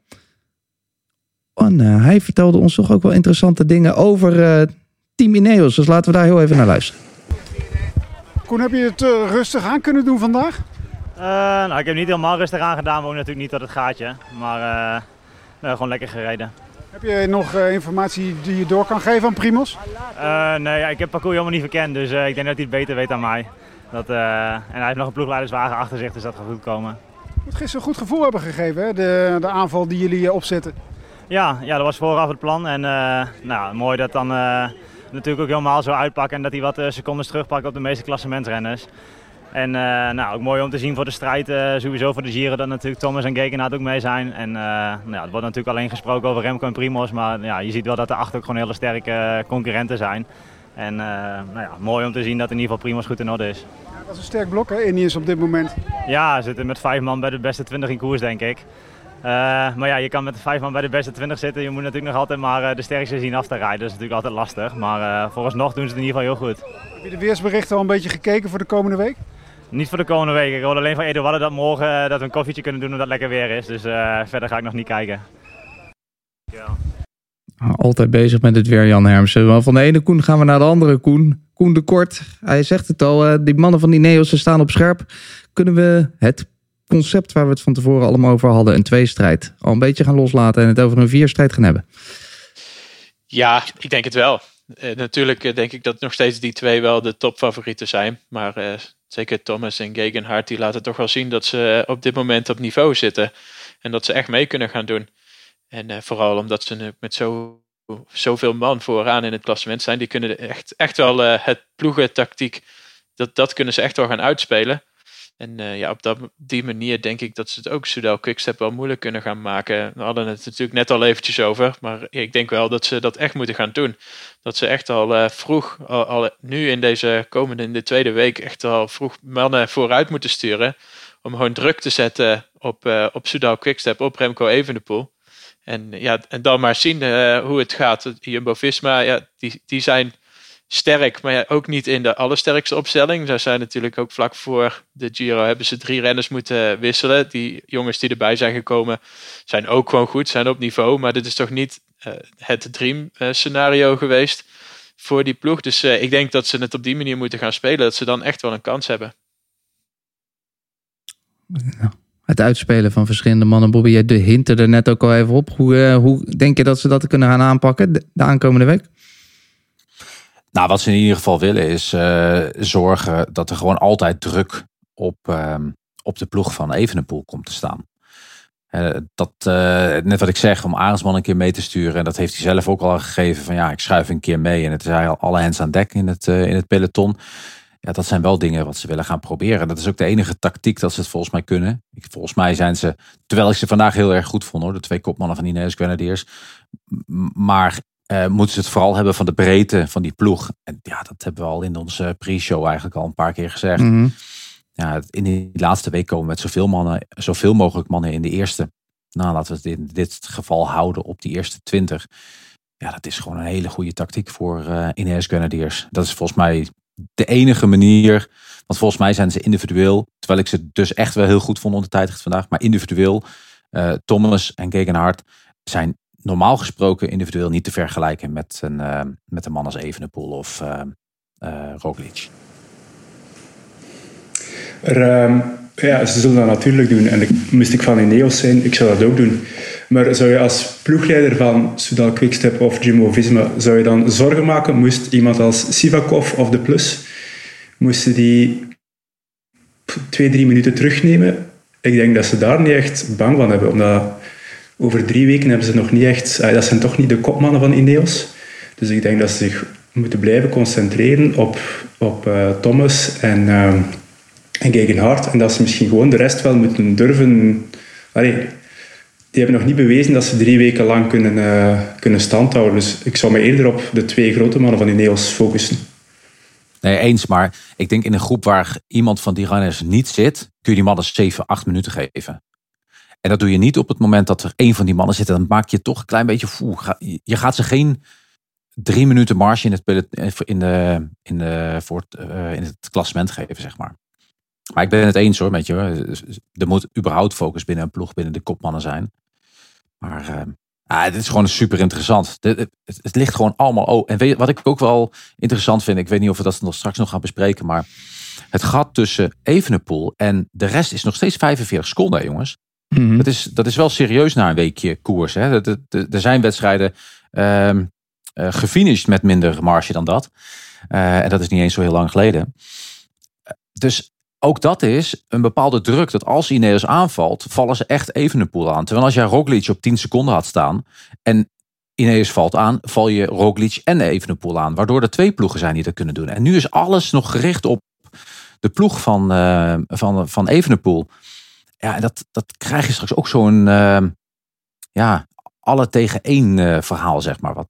S4: En hij vertelde ons toch ook wel interessante dingen over Team Ineos. Dus laten we daar heel even naar luisteren.
S8: Koen, heb je het rustig aan kunnen doen vandaag?
S11: Ik heb niet helemaal rustig aan gedaan, maar ook natuurlijk niet tot het gaatje. Maar gewoon lekker gereden.
S8: Heb je nog informatie die je door kan geven aan Primoz?
S11: Nee, ik heb het parcours helemaal niet verkend, dus ik denk dat hij het beter weet dan mij. En hij heeft nog een ploegleiderswagen achter zich, dus dat gaat goed komen.
S8: Je moet gisteren een goed gevoel hebben gegeven, hè? De aanval die jullie opzetten.
S11: Ja, dat was vooraf het plan. En mooi dat dan natuurlijk ook helemaal zo uitpakken en dat hij wat secondes terugpakt op de meeste klassementrenners. En ook mooi om te zien voor de strijd, sowieso voor de Giro, dat natuurlijk Thomas en Gegenhardt ook mee zijn. En het wordt natuurlijk alleen gesproken over Remco en Primoz, maar je ziet wel dat er achter ook gewoon hele sterke concurrenten zijn. En mooi om te zien dat in ieder geval Primoz goed in orde is.
S8: Ja, dat is een sterk blok, hè, Ineos op dit moment.
S11: Ja, we zitten met 5 man bij de beste 20 in koers, denk ik. Maar je kan met 5 man bij de beste 20 zitten. Je moet natuurlijk nog altijd maar de sterkste zien af te rijden. Dat is natuurlijk altijd lastig. Maar vooralsnog doen ze het in ieder geval heel goed.
S8: Heb je de weersberichten al een beetje gekeken voor de komende week?
S11: Niet voor de komende week. Ik hoor alleen van Eduardo dat morgen dat we een koffietje kunnen doen omdat het lekker weer is. Dus verder ga ik nog niet kijken. Dankjewel.
S4: Altijd bezig met het weer, Jan Hermsen. Van de ene Koen gaan we naar de andere Koen. Koen de Kort, hij zegt het al. Die mannen van Ineos staan op scherp. Kunnen we het concept waar we het van tevoren allemaal over hadden, een 2-strijd, al een beetje gaan loslaten en het over een 4-strijd gaan hebben?
S7: Ja, ik denk het wel. Natuurlijk denk ik dat nog steeds die 2 wel de topfavorieten zijn. Maar zeker Thomas en Gegenhardt, die laten toch wel zien dat ze op dit moment op niveau zitten. En dat ze echt mee kunnen gaan doen. En vooral omdat ze met zoveel man vooraan in het klassement zijn. Die kunnen echt wel het ploegentactiek, dat kunnen ze echt wel gaan uitspelen. En op die manier denk ik dat ze het ook Soudal Quickstep wel moeilijk kunnen gaan maken. We hadden het natuurlijk net al eventjes over. Maar ik denk wel dat ze dat echt moeten gaan doen. Dat ze echt al vroeg, al nu in in de 2e week, echt al vroeg mannen vooruit moeten sturen. Om gewoon druk te zetten op Soudal Quickstep, op Remco Evenepoel. En dan maar zien hoe het gaat. Jumbo-Visma, die zijn sterk, maar ook niet in de allersterkste opstelling. Daar zijn natuurlijk ook vlak voor de Giro hebben ze 3 renners moeten wisselen. Die jongens die erbij zijn gekomen zijn ook gewoon goed, zijn op niveau. Maar dit is toch niet het dream scenario geweest voor die ploeg. Dus ik denk dat ze het op die manier moeten gaan spelen. Dat ze dan echt wel een kans hebben.
S4: Het uitspelen van verschillende mannen. Bobby, je hintte er net ook al even op. Hoe denk je dat ze dat kunnen gaan aanpakken de aankomende week?
S5: Nou, wat ze in ieder geval willen is zorgen dat er gewoon altijd druk op de ploeg van Evenepoel komt te staan. Net wat ik zeg, om Arendsman een keer mee te sturen. En dat heeft hij zelf ook al gegeven van ik schuif een keer mee. En het is eigenlijk alle hens aan dek in het peloton. Ja, dat zijn wel dingen wat ze willen gaan proberen. Dat is ook de enige tactiek dat ze het volgens mij kunnen. Volgens mij zijn ze, terwijl ik ze vandaag heel erg goed vond, hoor, de 2 kopmannen van Ineos Grenadiers. Maar moeten ze het vooral hebben van de breedte van die ploeg. En ja, dat hebben we al in onze pre-show eigenlijk al een paar keer gezegd.
S4: Mm-hmm.
S5: Ja, in die laatste week komen met zoveel mogelijk mannen in de eerste. Nou, laten we het in dit geval houden op die eerste 20. Ja, dat is gewoon een hele goede tactiek voor Ineos Grenadiers. Dat is volgens mij de enige manier. Want volgens mij zijn ze individueel. Terwijl ik ze dus echt wel heel goed vond onder de tijdrit vandaag. Maar individueel, Thomas en Gegenhardt zijn normaal gesproken individueel niet te vergelijken met een man als Evenepoel of Roglic.
S6: Ze zullen dat natuurlijk doen. En moest ik van Ineos zijn, ik zou dat ook doen. Maar zou je als ploegleider van Soudal Quickstep of Jumbo-Visma, zou je dan zorgen maken? Moest iemand als Sivakov of de Plus, moesten die 2-3 minuten terugnemen? Ik denk dat ze daar niet echt bang van hebben. Omdat over 3 weken hebben ze nog niet echt... Dat zijn toch niet de kopmannen van Ineos. Dus ik denk dat ze zich moeten blijven concentreren op Thomas en Gegenhardt. En dat ze misschien gewoon de rest wel moeten durven... die hebben nog niet bewezen dat ze 3 weken lang kunnen standhouden. Dus ik zou me eerder op de 2 grote mannen van Ineos focussen.
S5: Nee, eens. Maar ik denk in een groep waar iemand van die renners niet zit, kun je die mannen 7-8 minuten geven. En dat doe je niet op het moment dat er 1 van die mannen zit. Dan maak je toch een klein beetje... Je gaat ze geen 3 minuten marge in het klassement geven, zeg maar. Maar ik ben het eens hoor, met je. Er moet überhaupt focus binnen een ploeg, binnen de kopmannen zijn. Maar het is gewoon super interessant. Het ligt gewoon allemaal... En weet je, wat ik ook wel interessant vind, ik weet niet of we dat straks nog gaan bespreken, maar het gat tussen Evenepoel en de rest is nog steeds 45 seconden, jongens. Mm-hmm. Dat is wel serieus na een weekje koers. Hè? Er zijn wedstrijden gefinished met minder marge dan dat. En dat is niet eens zo heel lang geleden. Dus ook dat is een bepaalde druk. Dat als Ineos aanvalt, vallen ze echt Evenepoel aan. Terwijl als jij Roglic op 10 seconden had staan en Ineos valt aan, val je Roglic en Evenepoel aan. Waardoor er 2 ploegen zijn die dat kunnen doen. En nu is alles nog gericht op de ploeg van Evenepoel. Ja, en dat krijg je straks ook zo'n alle tegen 1 verhaal, zeg maar.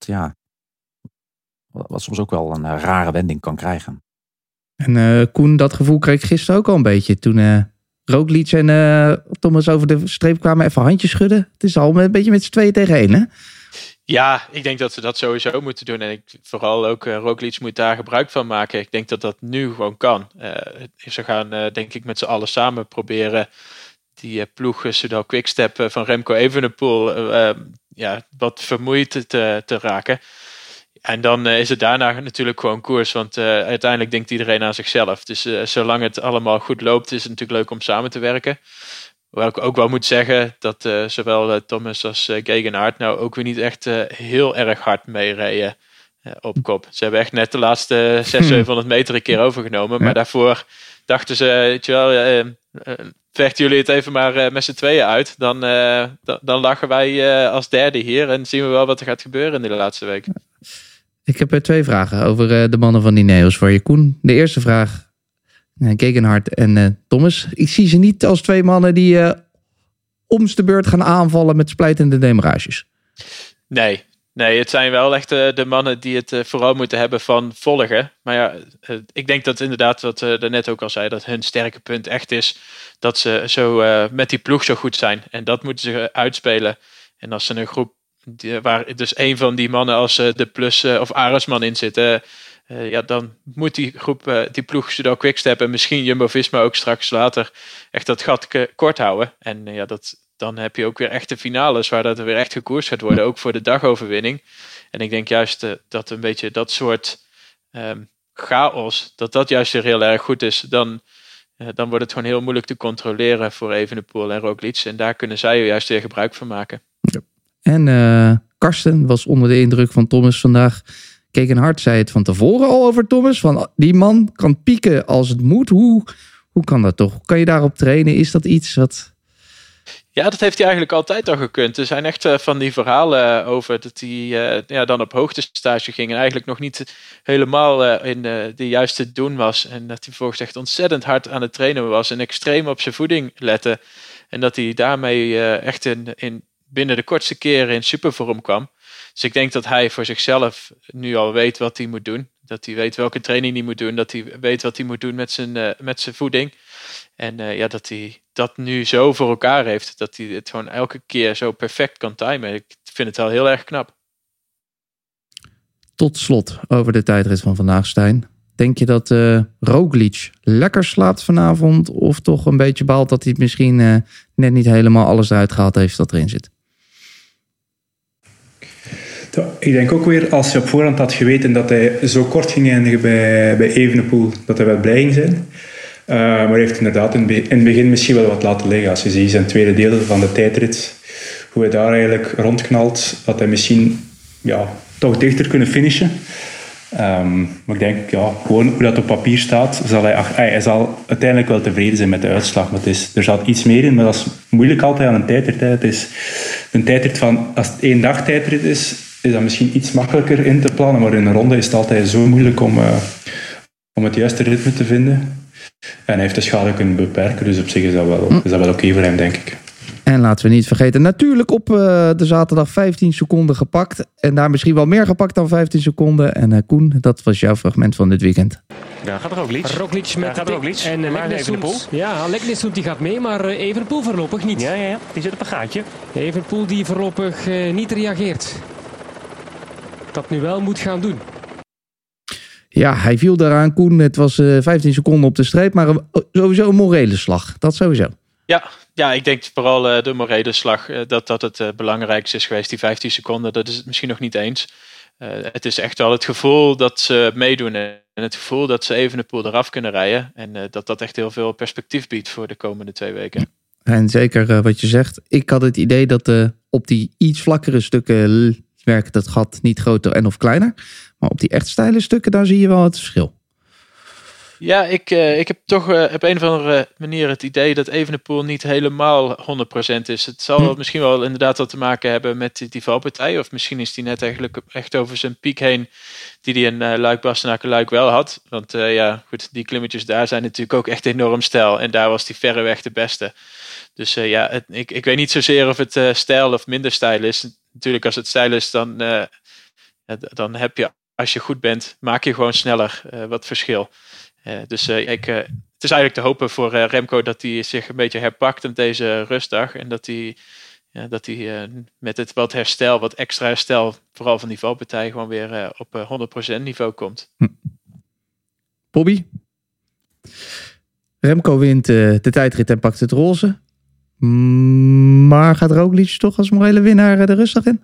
S5: Wat soms ook wel een rare wending kan krijgen.
S4: En Koen, dat gevoel kreeg ik gisteren ook al een beetje. Toen Roglic en Thomas over de streep kwamen, even handjes schudden. Het is al een beetje met z'n 2 tegen 1, hè?
S7: Ja, ik denk dat ze dat sowieso moeten doen. En vooral ook Roglic moet daar gebruik van maken. Ik denk dat dat nu gewoon kan. Ze gaan denk ik met z'n allen samen proberen die ploeg Soudal Quickstep van Remco Evenepoel wat vermoeid te raken. En dan is het daarna natuurlijk gewoon koers. Want uiteindelijk denkt iedereen aan zichzelf. Dus zolang het allemaal goed loopt, is het natuurlijk leuk om samen te werken. Hoewel ik ook wel moet zeggen dat zowel Thomas als Gegenhardt nou ook weer niet echt heel erg hard meereden op kop. Ze hebben echt net de laatste 600-700 meter een keer overgenomen. Ja. Maar daarvoor dachten ze, weet je wel, vechten jullie het even maar met z'n tweeën uit. Dan lachen wij als derde hier en zien we wel wat er gaat gebeuren in de laatste week.
S4: Ik heb 2 vragen over de mannen van Ineos voor je, Koen. De eerste vraag, Gegenhardt en Thomas. Ik zie ze niet als 2 mannen die om's de beurt gaan aanvallen met splijtende demarages.
S7: Nee, het zijn wel echt de mannen die het vooral moeten hebben van volgen. Maar ja, ik denk dat inderdaad, wat daarnet ook al zei, dat hun sterke punt echt is dat ze zo met die ploeg zo goed zijn. En dat moeten ze uitspelen. En als ze een groep waar dus 1 van die mannen als de Plus of Arendsman in zitten, dan moet die groep, die ploeg Soudal Quickstep en misschien Jumbo-Visma ook straks later echt dat gat kort houden. En dan heb je ook weer echte finales waar dat er weer echt gekoerst gaat worden, ook voor de dagoverwinning. En ik denk juist dat een beetje dat soort chaos, dat juist weer heel erg goed is. Dan wordt het gewoon heel moeilijk te controleren voor Evenepoel en Roglic. En daar kunnen zij juist weer gebruik van maken.
S4: Ja. En Karsten was onder de indruk van Thomas vandaag. Gegenhardt zei het van tevoren al over Thomas. Van die man kan pieken als het moet. Hoe kan dat toch? Kan je daarop trainen? Is dat iets wat...
S7: Ja, dat heeft hij eigenlijk altijd al gekund. Er zijn echt van die verhalen over dat hij dan op hoogtestage ging en eigenlijk nog niet helemaal in de juiste doen was. En dat hij vervolgens echt ontzettend hard aan het trainen was en extreem op zijn voeding lette. En dat hij daarmee echt in binnen de kortste keren in supervorm kwam. Dus ik denk dat hij voor zichzelf nu al weet wat hij moet doen. Dat hij weet welke training hij moet doen. Dat hij weet wat hij moet doen met zijn voeding. En dat hij dat nu zo voor elkaar heeft. Dat hij het gewoon elke keer zo perfect kan timen. Ik vind het wel heel erg knap.
S4: Tot slot over de tijdrit van vandaag, Stijn. Denk je dat Roglic lekker slaapt vanavond? Of toch een beetje baalt dat hij het misschien net niet helemaal alles eruit gehaald heeft dat erin zit?
S6: Ik denk ook weer, als je op voorhand had geweten dat hij zo kort ging eindigen bij Evenepoel, dat hij wel blij ging zijn. Maar hij heeft inderdaad in het begin misschien wel wat laten liggen. Als je ziet zijn tweede deel van de tijdrit, hoe hij daar eigenlijk rondknalt, had hij misschien toch dichter kunnen finishen. Maar ik denk, gewoon hoe dat op papier staat, zal hij zal uiteindelijk wel tevreden zijn met de uitslag. Maar er zat iets meer in, maar dat is moeilijk altijd aan een tijdrit. Het is een tijdrit van, als het 1 dag tijdrit is dat misschien iets makkelijker in te plannen. Maar in een ronde is het altijd zo moeilijk om het juiste ritme te vinden. En hij heeft de schade kunnen beperken, dus op zich is dat wel oké voor hem, denk ik.
S4: En laten we niet vergeten, natuurlijk op de zaterdag 15 seconden gepakt. En daar misschien wel meer gepakt dan 15 seconden. En Koen, dat was jouw fragment van dit weekend.
S12: Daar gaat Roglic.
S10: Roglic met
S12: Roglic.
S10: En Evenepoel. Ja, Evenepoel die gaat mee, maar Evenepoel voorlopig niet.
S12: Ja, die zit op een gaatje.
S10: Evenepoel die voorlopig niet reageert. Dat nu wel moet gaan doen.
S4: Ja, hij viel daaraan, Koen. Het was 15 seconden op de streep, maar sowieso een morele slag. Dat sowieso.
S7: Ja, ik denk vooral de morele slag dat het belangrijkste is geweest. Die 15 seconden, dat is het misschien nog niet eens. Het is echt wel het gevoel dat ze meedoen en het gevoel dat ze Evenepoel eraf kunnen rijden. En dat echt heel veel perspectief biedt voor de komende 2 weken.
S4: En zeker wat je zegt. Ik had het idee dat op die iets vlakkere stukken werkt het gat niet groter en of kleiner. Maar op die echt steile stukken, daar zie je wel het verschil. Ja,
S7: ik heb toch op een of andere manier het idee dat Evenepoel niet helemaal 100% is. Het zal misschien wel inderdaad wat te maken hebben met die valpartij. Of misschien is hij net eigenlijk echt over zijn piek heen die hij in Luik-Bastenaken-Luik wel had. Want goed, die klimmetjes daar zijn natuurlijk ook echt enorm steil. En daar was hij verreweg de beste. Dus ik weet niet zozeer of het steil of minder steil is. Natuurlijk, als het steil is, dan heb je, als je goed bent, maak je gewoon sneller wat verschil. Het is eigenlijk te hopen voor Remco dat hij zich een beetje herpakt op deze rustdag. En dat hij met het wat herstel, wat extra herstel, vooral van die valpartij, gewoon weer op 100% niveau komt.
S4: Bobby? Remco wint de tijdrit en pakt het roze. Maar gaat Roglic toch als morele winnaar de rustdag in?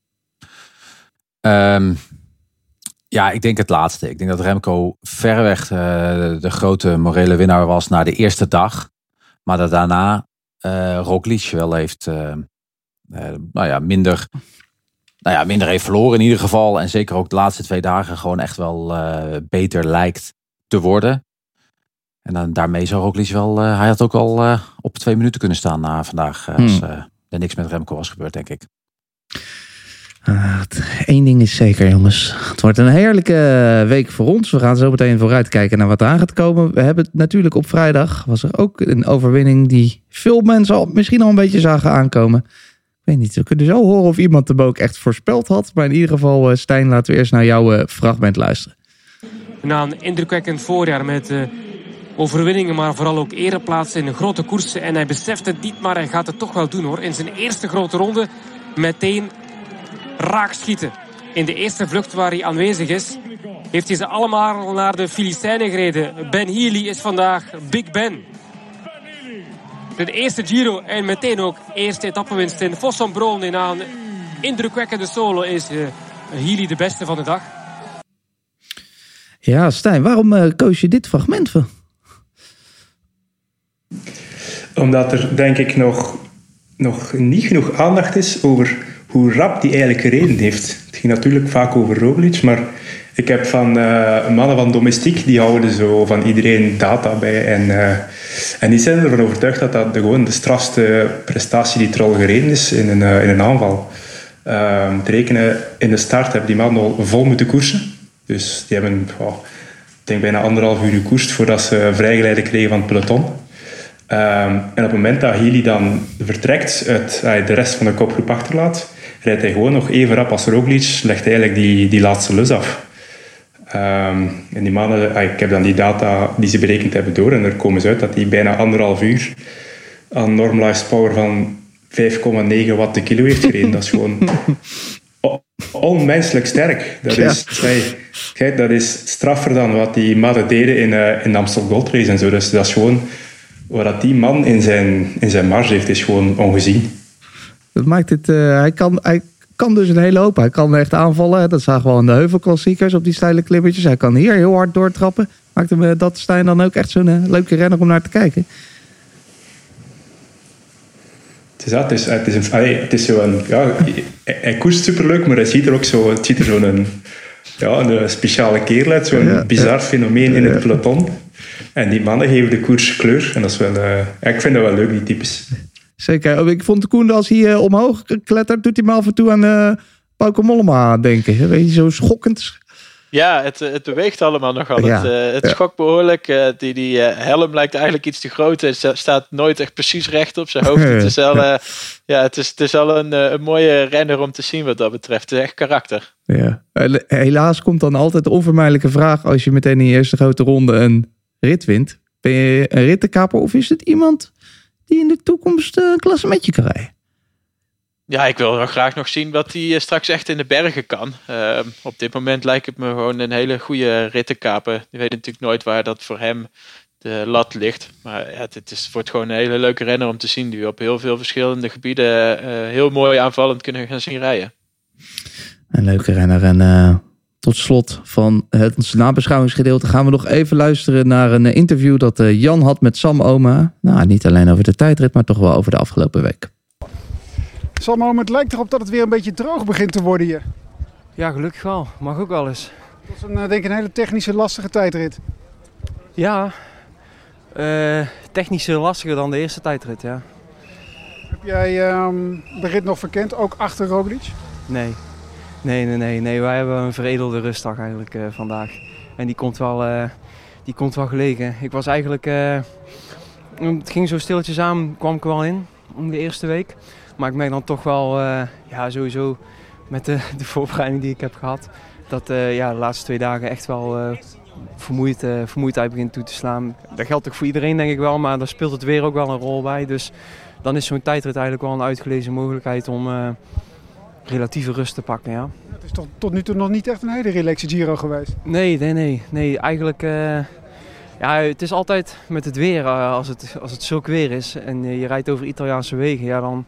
S5: Ja, ik denk het laatste. Ik denk dat Remco verreweg de grote morele winnaar was na de eerste dag. Maar dat daarna Roglic wel heeft minder heeft verloren in ieder geval. En zeker ook de laatste 2 dagen gewoon echt wel beter lijkt te worden. En dan daarmee zou Roglic wel... hij had ook al op 2 minuten kunnen staan na vandaag. Als er niks met Remco was gebeurd, denk ik.
S4: 1 ding is zeker, jongens. Het wordt een heerlijke week voor ons. We gaan zo meteen vooruit kijken naar wat eraan gaat komen. We hebben het natuurlijk op vrijdag. Was er ook een overwinning die veel mensen misschien al een beetje zagen aankomen. Ik weet niet, we kunnen zo horen of iemand de boek echt voorspeld had. Maar in ieder geval, Stijn, laten we eerst naar jouw fragment luisteren.
S10: Na een indrukwekkend voorjaar met overwinningen, maar vooral ook ereplaatsen in grote koersen. En hij beseft het niet, maar hij gaat het toch wel doen, hoor. In zijn eerste grote ronde meteen raak schieten. In de eerste vlucht waar hij aanwezig is, heeft hij ze allemaal naar de Filistijnen gereden. Ben Healy is vandaag Big Ben. De eerste Giro en meteen ook eerste etappenwinst in Fossombrone. Na een indrukwekkende solo is Healy de beste van de dag.
S4: Ja, Stijn, waarom koos je dit fragment van?
S6: Omdat er, denk ik, nog niet genoeg aandacht is over hoe rap die eigenlijk gereden heeft. Het ging natuurlijk vaak over Roglic, maar Ik heb van mannen van Domestiek, die houden zo van iedereen data bij. En die zijn ervan overtuigd dat dat gewoon de strafste prestatie die er al gereden is in een aanval. Te rekenen, in de start hebben die mannen al vol moeten koersen. Dus die hebben, ik denk bijna 1,5 uur gekoerst voordat ze vrijgeleide kregen van het peloton. En op het moment dat Healy dan vertrekt, de rest van de kopgroep achterlaat, rijdt hij gewoon nog even rap als Roglic, legt eigenlijk die laatste lus af. En die mannen, ik heb dan die data die ze berekend hebben door en er komen ze uit dat die bijna 1,5 uur aan normalized power van 5,9 watt de kilo heeft gereden. Dat is gewoon onmenselijk sterk. Dat is straffer dan wat die mannen deden in de Amstel Gold Race en zo. Dus dat is gewoon wat die man in zijn marge heeft, is gewoon ongezien.
S4: Dat maakt het... Hij kan dus een hele hoop. Hij kan echt aanvallen. Dat zagen we al in de heuvelklassiekers op die steile klimmetjes. Hij kan hier heel hard doortrappen. Maakt hem dat Stijn dan ook echt zo'n leuke renner om naar te kijken.
S6: Het is zo een... Ja, hij koerst superleuk, maar hij ziet er ook zo... Het ziet er zo'n een speciale kerel uit. Zo'n bizar fenomeen in het peloton. En die mannen geven de koers kleur. En dat is wel... ik vind dat wel leuk, die types.
S4: Zeker. Ik vond Koen, als hij omhoog klettert, doet hij me af en toe aan Bauke Mollema denken. Weet je, zo schokkend.
S7: Ja, het beweegt allemaal nogal. Ja. Het schokt behoorlijk. Die helm lijkt eigenlijk iets te groot. Het staat nooit echt precies recht op zijn hoofd. Het is al, het is al een mooie renner om te zien wat dat betreft. Het is echt karakter.
S4: Ja. Helaas komt dan altijd de onvermijdelijke vraag als je meteen in je eerste grote ronde een rit wint. Ben je een rittenkaper of is het iemand die in de toekomst een klassementje kan rijden?
S7: Ja, ik wil wel graag nog zien wat hij straks echt in de bergen kan. Op dit moment lijkt het me gewoon een hele goede rittenkaper. Je weet natuurlijk nooit waar dat voor hem de lat ligt. Maar het wordt gewoon een hele leuke renner om te zien. Die we op heel veel verschillende gebieden heel mooi aanvallend kunnen gaan zien rijden.
S4: Een leuke renner. En tot slot van het nabeschouwingsgedeelte gaan we nog even luisteren naar een interview dat Jan had met Sam Ooma. Nou, niet alleen over de tijdrit, maar toch wel over de afgelopen week.
S8: Sam Ooma, het lijkt erop dat het weer een beetje droog begint te worden hier.
S13: Ja, gelukkig wel. Mag ook wel eens.
S8: Dat is denk ik een hele technische, lastige tijdrit.
S13: Ja, technischer lastiger dan de eerste tijdrit, ja.
S8: Heb jij de rit nog verkend, ook achter Roglic?
S13: Nee. Wij hebben een veredelde rustdag eigenlijk vandaag. En die komt wel gelegen. Ik was eigenlijk... het ging zo stilletjes aan, kwam ik er wel in, om de eerste week. Maar ik merk dan toch wel, sowieso met de voorbereiding die ik heb gehad, dat de laatste 2 dagen echt wel vermoeidheid begint toe te slaan. Dat geldt toch voor iedereen denk ik wel, maar daar speelt het weer ook wel een rol bij. Dus dan is zo'n tijdrit eigenlijk wel een uitgelezen mogelijkheid om relatieve rust te pakken. Ja.
S8: Het is toch tot nu toe nog niet echt een hele relaxe Giro geweest?
S13: Nee, eigenlijk... het is altijd met het weer, als het zulk weer is en je rijdt over Italiaanse wegen,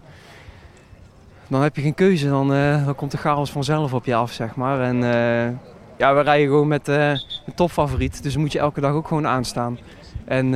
S13: dan heb je geen keuze. Dan komt de chaos vanzelf op je af, zeg maar. En we rijden gewoon met een topfavoriet, dus moet je elke dag ook gewoon aanstaan. En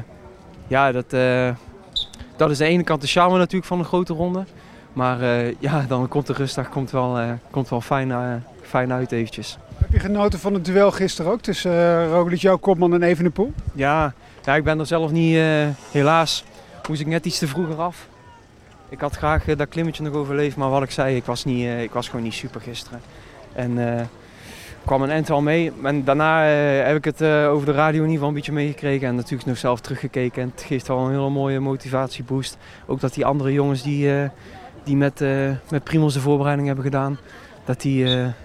S13: dat is de ene kant de charme natuurlijk van een grote ronde. Maar dan komt de rustdag wel fijn uit eventjes.
S8: Heb je genoten van het duel gisteren ook tussen Roglic, jouw kopman en Evenepoel?
S13: Ja, ik ben er zelf niet, helaas moest ik net iets te vroeger af. Ik had graag dat klimmetje nog overleefd, maar wat ik zei, ik was gewoon niet super gisteren. En kwam een eind wel mee. En daarna heb ik het over de radio in ieder geval een beetje meegekregen en natuurlijk nog zelf teruggekeken. En het geeft wel een hele mooie motivatieboost. Ook dat die andere jongens die met Primoz de voorbereiding hebben gedaan, dat die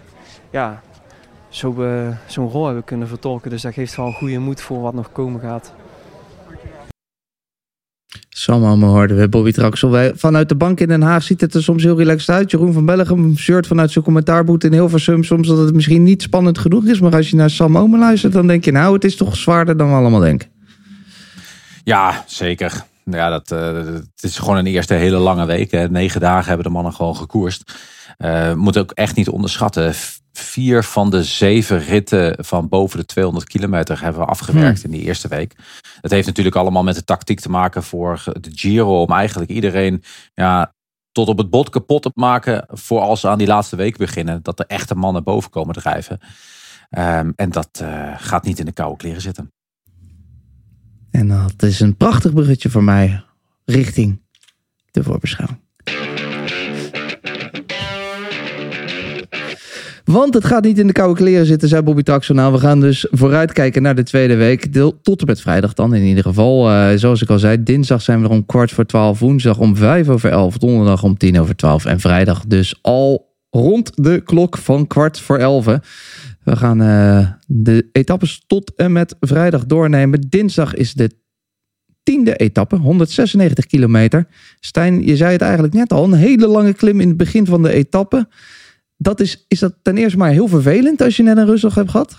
S13: zo'n rol hebben kunnen vertolken. Dus dat geeft wel een goede moed voor wat nog komen gaat.
S4: Sam Ooma hoorden we, Bobby Traxel. Vanuit de bank in Den Haag ziet het er soms heel relaxed uit. Jeroen van Bellegem shirt vanuit zijn commentaarboot in Hilversum. Soms dat het misschien niet spannend genoeg is. Maar als je naar Sam Ooma luistert, dan denk je, nou, het is toch zwaarder dan we allemaal denken.
S5: Ja, zeker. Ja, het is gewoon een eerste hele lange week. Hè. 9 dagen hebben de mannen gewoon gekoerst. Moet ook echt niet onderschatten. 4 van de 7 ritten van boven de 200 kilometer hebben we afgewerkt in die eerste week. Dat heeft natuurlijk allemaal met de tactiek te maken voor de Giro. Om eigenlijk iedereen tot op het bot kapot te maken voor als ze aan die laatste week beginnen. Dat de echte mannen boven komen drijven. En dat gaat niet in de koude kleren zitten.
S4: En dat is een prachtig bruggetje voor mij richting de voorbeschouwing. Want het gaat niet in de koude kleren zitten, zei Bobby Traxel. Nou, we gaan dus vooruitkijken naar de tweede week. Tot en met vrijdag dan in ieder geval. Zoals ik al zei, dinsdag zijn we er om 11:15. Woensdag om 11:05. Donderdag om 10:12. En vrijdag dus al rond de klok van 11:15. We gaan de etappes tot en met vrijdag doornemen. Dinsdag is de 10e etappe, 196 kilometer. Stijn, je zei het eigenlijk net al, een hele lange klim in het begin van de etappe. Is dat ten eerste maar heel vervelend als je net een rustdag hebt gehad?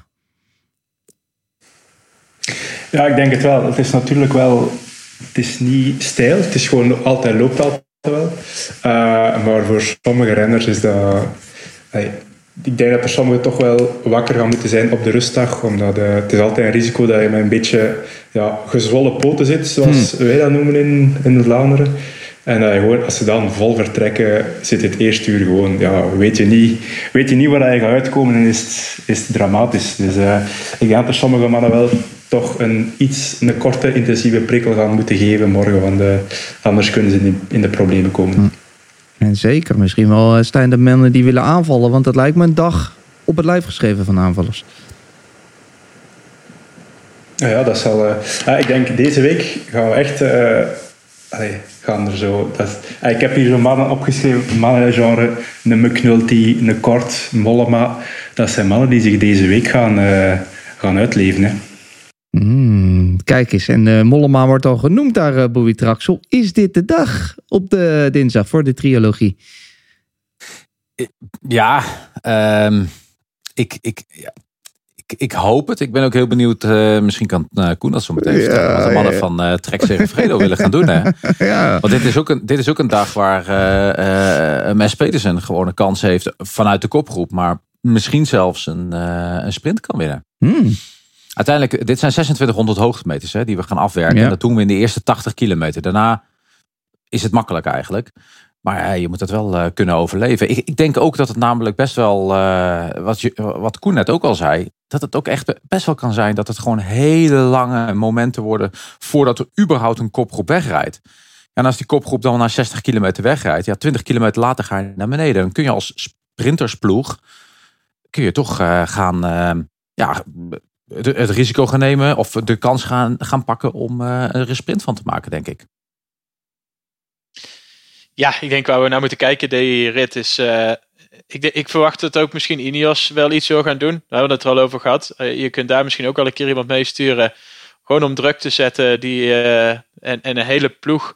S6: Ja, ik denk het wel. Het is natuurlijk wel... Het is niet steil. Het is gewoon loopt altijd wel. Maar voor sommige renners is dat... Ik denk dat er sommigen toch wel wakker gaan moeten zijn op de rustdag. Omdat het is altijd een risico dat je met een beetje gezwollen poten zit. Zoals wij dat noemen in Vlaanderen. En gewoon, als ze dan vol vertrekken, zit het eerste uur gewoon... weet je niet waar je gaat uitkomen en is het dramatisch. Dus ik denk dat er sommige mannen wel toch een korte, intensieve prikkel gaan moeten geven morgen. Want anders kunnen ze in de problemen komen.
S4: En zeker, misschien wel Stijn de mannen die willen aanvallen. Want dat lijkt me een dag op het lijf geschreven van aanvallers.
S6: Ja, dat zal... ik denk, deze week gaan we echt... gaan er zo... ik heb hier zo mannen opgeschreven. Mannengenre, een McNulty, een Kort, Mollema. Dat zijn mannen die zich deze week gaan uitleven. Hè.
S4: Kijk eens, en Mollema wordt al genoemd daar, Bobby Traxel. Is dit de dag op de dinsdag voor de triologie?
S5: Ja, ik hoop het. Ik ben ook heel benieuwd. Misschien kan Koen dat zo meteen vertellen. Wat de mannen van Trek Segafredo willen gaan doen. Hè?
S4: Ja.
S5: Want dit is ook een dag waar Mads Pedersen gewoon een kans heeft vanuit de kopgroep. Maar misschien zelfs een sprint kan winnen. Uiteindelijk, dit zijn 2600 hoogtemeters die we gaan afwerken. Ja. En dat doen we in de eerste 80 kilometer. Daarna is het makkelijk eigenlijk. Maar je moet het wel kunnen overleven. Ik denk ook dat het namelijk best wel, wat Koen net ook al zei, dat het ook echt best wel kan zijn dat het gewoon hele lange momenten worden voordat er überhaupt een kopgroep wegrijdt. En als die kopgroep dan na 60 kilometer wegrijdt, 20 kilometer later ga je naar beneden. Dan kun je als sprintersploeg, toch gaan, het risico gaan nemen of de kans gaan pakken om er een sprint van te maken, denk ik.
S7: Ja, ik denk waar we naar moeten kijken, die rit is... Ik verwacht dat ook misschien Ineos wel iets wil gaan doen. We hebben het er al over gehad. Je kunt daar misschien ook wel een keer iemand mee sturen. Gewoon om druk te zetten. En een hele ploeg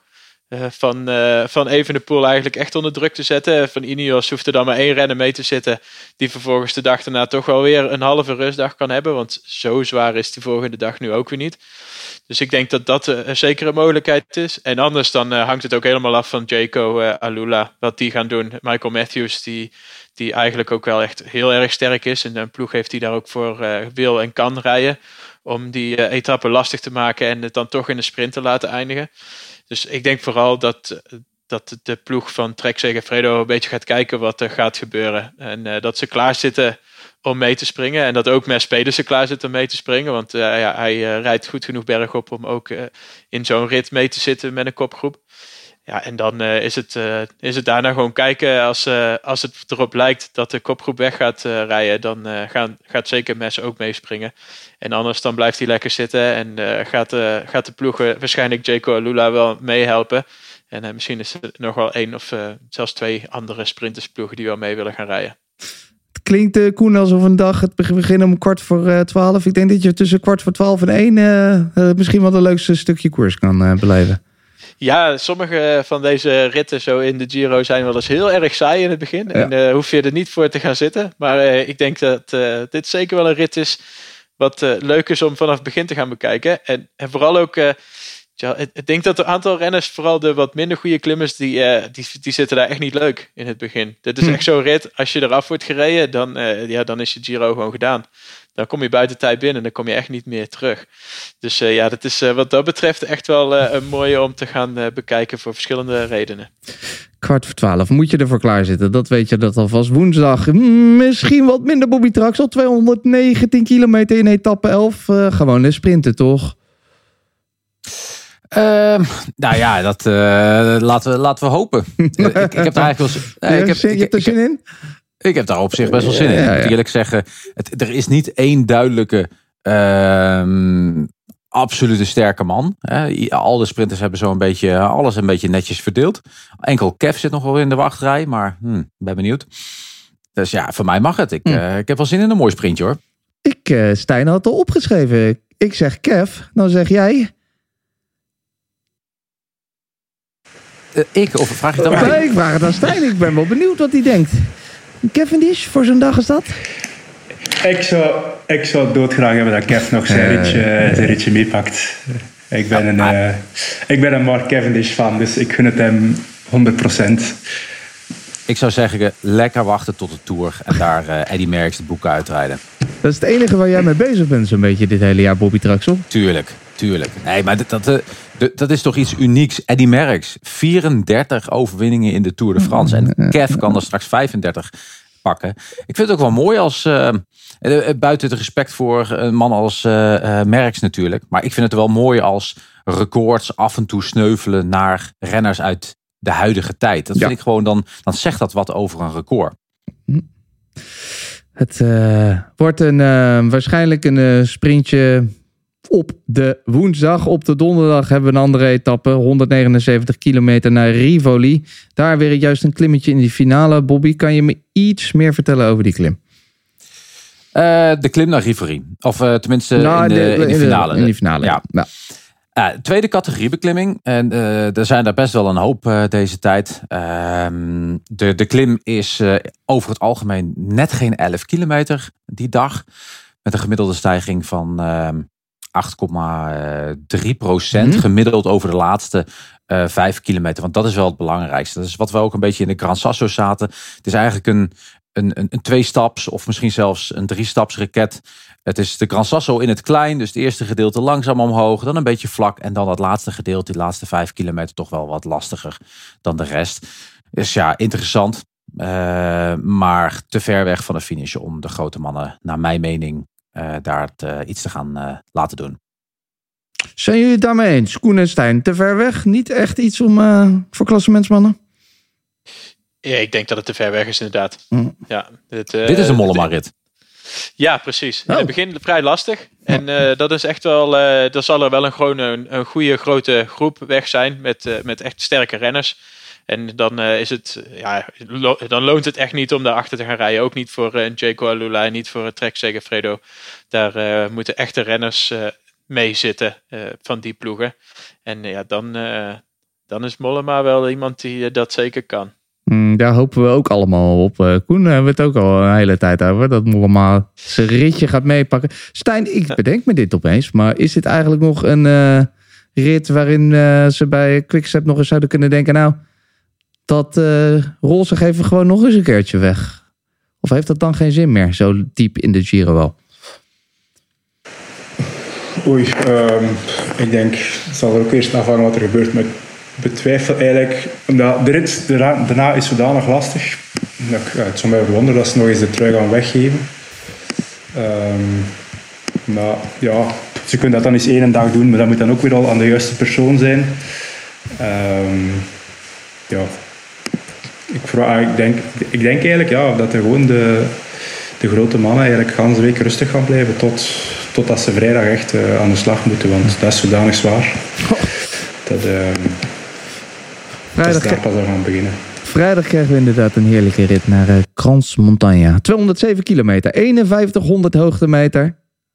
S7: van Evenepoel eigenlijk echt onder druk te zetten. Van Ineos hoeft er dan maar 1 renner mee te zitten. Die vervolgens de dag daarna toch wel weer een halve rustdag kan hebben. Want zo zwaar is die volgende dag nu ook weer niet. Dus ik denk dat dat een zekere mogelijkheid is. En anders dan hangt het ook helemaal af van Jayco Alula. Wat die gaan doen. Michael Matthews die eigenlijk ook wel echt heel erg sterk is. En een ploeg heeft die daar ook voor wil en kan rijden. Om die etappe lastig te maken en het dan toch in de sprint te laten eindigen. Dus ik denk vooral dat de ploeg van Trek Segafredo een beetje gaat kijken wat er gaat gebeuren. En dat ze klaar zitten om mee te springen. En dat ook Mads Pedersen klaar zit om mee te springen. Want hij rijdt goed genoeg bergop om ook in zo'n rit mee te zitten met een kopgroep. Ja, en dan is het daarna gewoon kijken. Als het erop lijkt dat de kopgroep weg gaat rijden, dan gaat zeker Mads ook meespringen. En anders dan blijft hij lekker zitten en gaat de ploeg waarschijnlijk Jayco Alula wel meehelpen. En misschien is er nog wel 1 of zelfs 2 andere sprintersploegen die wel mee willen gaan rijden.
S4: Het klinkt, Koen, alsof een dag het begint om 11:45. Ik denk dat je tussen 11:45 en 1 misschien wel het leukste stukje koers kan beleven.
S7: Ja, sommige van deze ritten zo in de Giro zijn wel eens heel erg saai in het begin. Ja. En hoef je er niet voor te gaan zitten. Maar ik denk dat dit zeker wel een rit is wat leuk is om vanaf het begin te gaan bekijken. En vooral ook, ik denk dat een aantal renners, vooral de wat minder goede klimmers, die zitten daar echt niet leuk in het begin. Dit is echt zo'n rit, als je eraf wordt gereden, dan is je Giro gewoon gedaan. Dan kom je buiten tijd binnen en dan kom je echt niet meer terug. Dus dat is wat dat betreft echt wel een mooie om te gaan bekijken voor verschillende redenen.
S4: 11:15 moet je ervoor klaarzitten. Dat weet je dat alvast. Woensdag misschien wat minder Bobby Traxel. 219 kilometer in etappe 11. Gewoon een sprinten, toch?
S5: Nou ja, dat laten we hopen. Ik heb daar eigenlijk wel...
S4: je hebt er zin in?
S5: Ik heb daar op zich best wel zin in. Ik moet eerlijk zeggen, er is niet één duidelijke... absolute sterke man. Al de sprinters hebben zo een beetje alles een beetje netjes verdeeld. Enkel Kev zit nog wel in de wachtrij, maar ben benieuwd. Dus ja, voor mij mag het. Ik heb wel zin in een mooi sprintje, hoor.
S4: Stijn had het al opgeschreven. Ik zeg Kev, dan zeg jij...
S5: Of vraag je dat maar?
S4: Nee, ik vraag het aan Stijn. Ik ben wel benieuwd wat hij denkt. Cavendish voor zo'n dag als dat?
S6: Ik zou doodgraag hebben dat Kev nog zijn ritje meepakt. Ik ben een Mark Cavendish fan, dus ik gun het hem 100%.
S5: Ik zou zeggen, lekker wachten tot de Tour en daar Eddy Merckx de boeken uitrijden.
S4: Dat is het enige waar jij mee bezig bent zo'n beetje dit hele jaar, Bobby Traxel.
S5: Tuurlijk. Nee, maar dat is toch iets unieks. Eddy Merckx, 34 overwinningen in de Tour de France. En Kev kan er straks 35 pakken. Ik vind het ook wel mooi als... buiten het respect voor een man als Merckx natuurlijk. Maar ik vind het wel mooi als records af en toe sneuvelen naar renners uit de huidige tijd. Dat vind ik gewoon, dan zegt dat wat over een record.
S4: Het wordt waarschijnlijk een sprintje op de woensdag. Op de donderdag hebben we een andere etappe. 179 kilometer naar Rivoli. Daar weer juist een klimmetje in die finale. Bobby, kan je me iets meer vertellen over die klim?
S5: De klim naar Rivoli. Of tenminste in de finale.
S4: In de finale, ja.
S5: Tweede categorie beklimming. En er zijn daar best wel een hoop deze tijd. De klim is over het algemeen net geen 11 kilometer die dag. Met een gemiddelde stijging van 8,3% gemiddeld over de laatste 5 kilometer. Want dat is wel het belangrijkste. Dat is wat we ook een beetje in de Gran Sasso zaten. Het is eigenlijk een 2-staps of misschien zelfs een 3-staps raket. Het is de Gran Sasso in het klein. Dus het eerste gedeelte langzaam omhoog. Dan een beetje vlak. En dan het laatste gedeelte, die laatste 5 kilometer, toch wel wat lastiger dan de rest. Dus ja, interessant. Maar te ver weg van de finish om de grote mannen, naar mijn mening, daar iets te gaan laten doen.
S4: Zijn jullie het daarmee eens? Koen en Stijn, te ver weg? Niet echt iets om voor klassementsmannen?
S7: Ja, ik denk dat het te ver weg is inderdaad. Ja,
S5: dit is een Mollema-rit.
S7: Ja, precies. In het begin vrij lastig. En dat is echt wel... er zal er wel een goede grote groep weg zijn met echt sterke renners. En dan is het... Ja, dan loont het echt niet om daarachter te gaan rijden. Ook niet voor Jayco Alula en niet voor Trek Segafredo. Daar moeten echte renners mee zitten van die ploegen. En ja, dan is Mollema wel iemand die dat zeker kan.
S4: Daar hopen we ook allemaal op. Koen, hebben we het ook al een hele tijd over. Dat Mollema zijn ritje gaat meepakken. Stijn, ik bedenk me dit opeens. Maar is dit eigenlijk nog een rit waarin ze bij Quickstep nog eens zouden kunnen denken... Nou, dat roze geven we gewoon nog eens een keertje weg. Of heeft dat dan geen zin meer? Zo diep in de Giro wel.
S6: Ik denk, het zal er ook eerst afhangen wat er gebeurt met... betwijfel eigenlijk, omdat de rit daarna is zodanig lastig. Het zou mij verwonderen dat ze nog eens de trui gaan weggeven. Maar ja, ze kunnen dat dan eens 1 dag doen, maar dat moet dan ook weer al aan de juiste persoon zijn. Ja, ik denk eigenlijk dat er gewoon de grote mannen eigenlijk de hele week rustig gaan blijven totdat ze vrijdag echt aan de slag moeten, want dat is zodanig zwaar. Vrijdag gaan beginnen.
S4: Vrijdag krijgen we inderdaad een heerlijke rit naar Crans Montagna. 207 kilometer, 5100 hoogtemeter.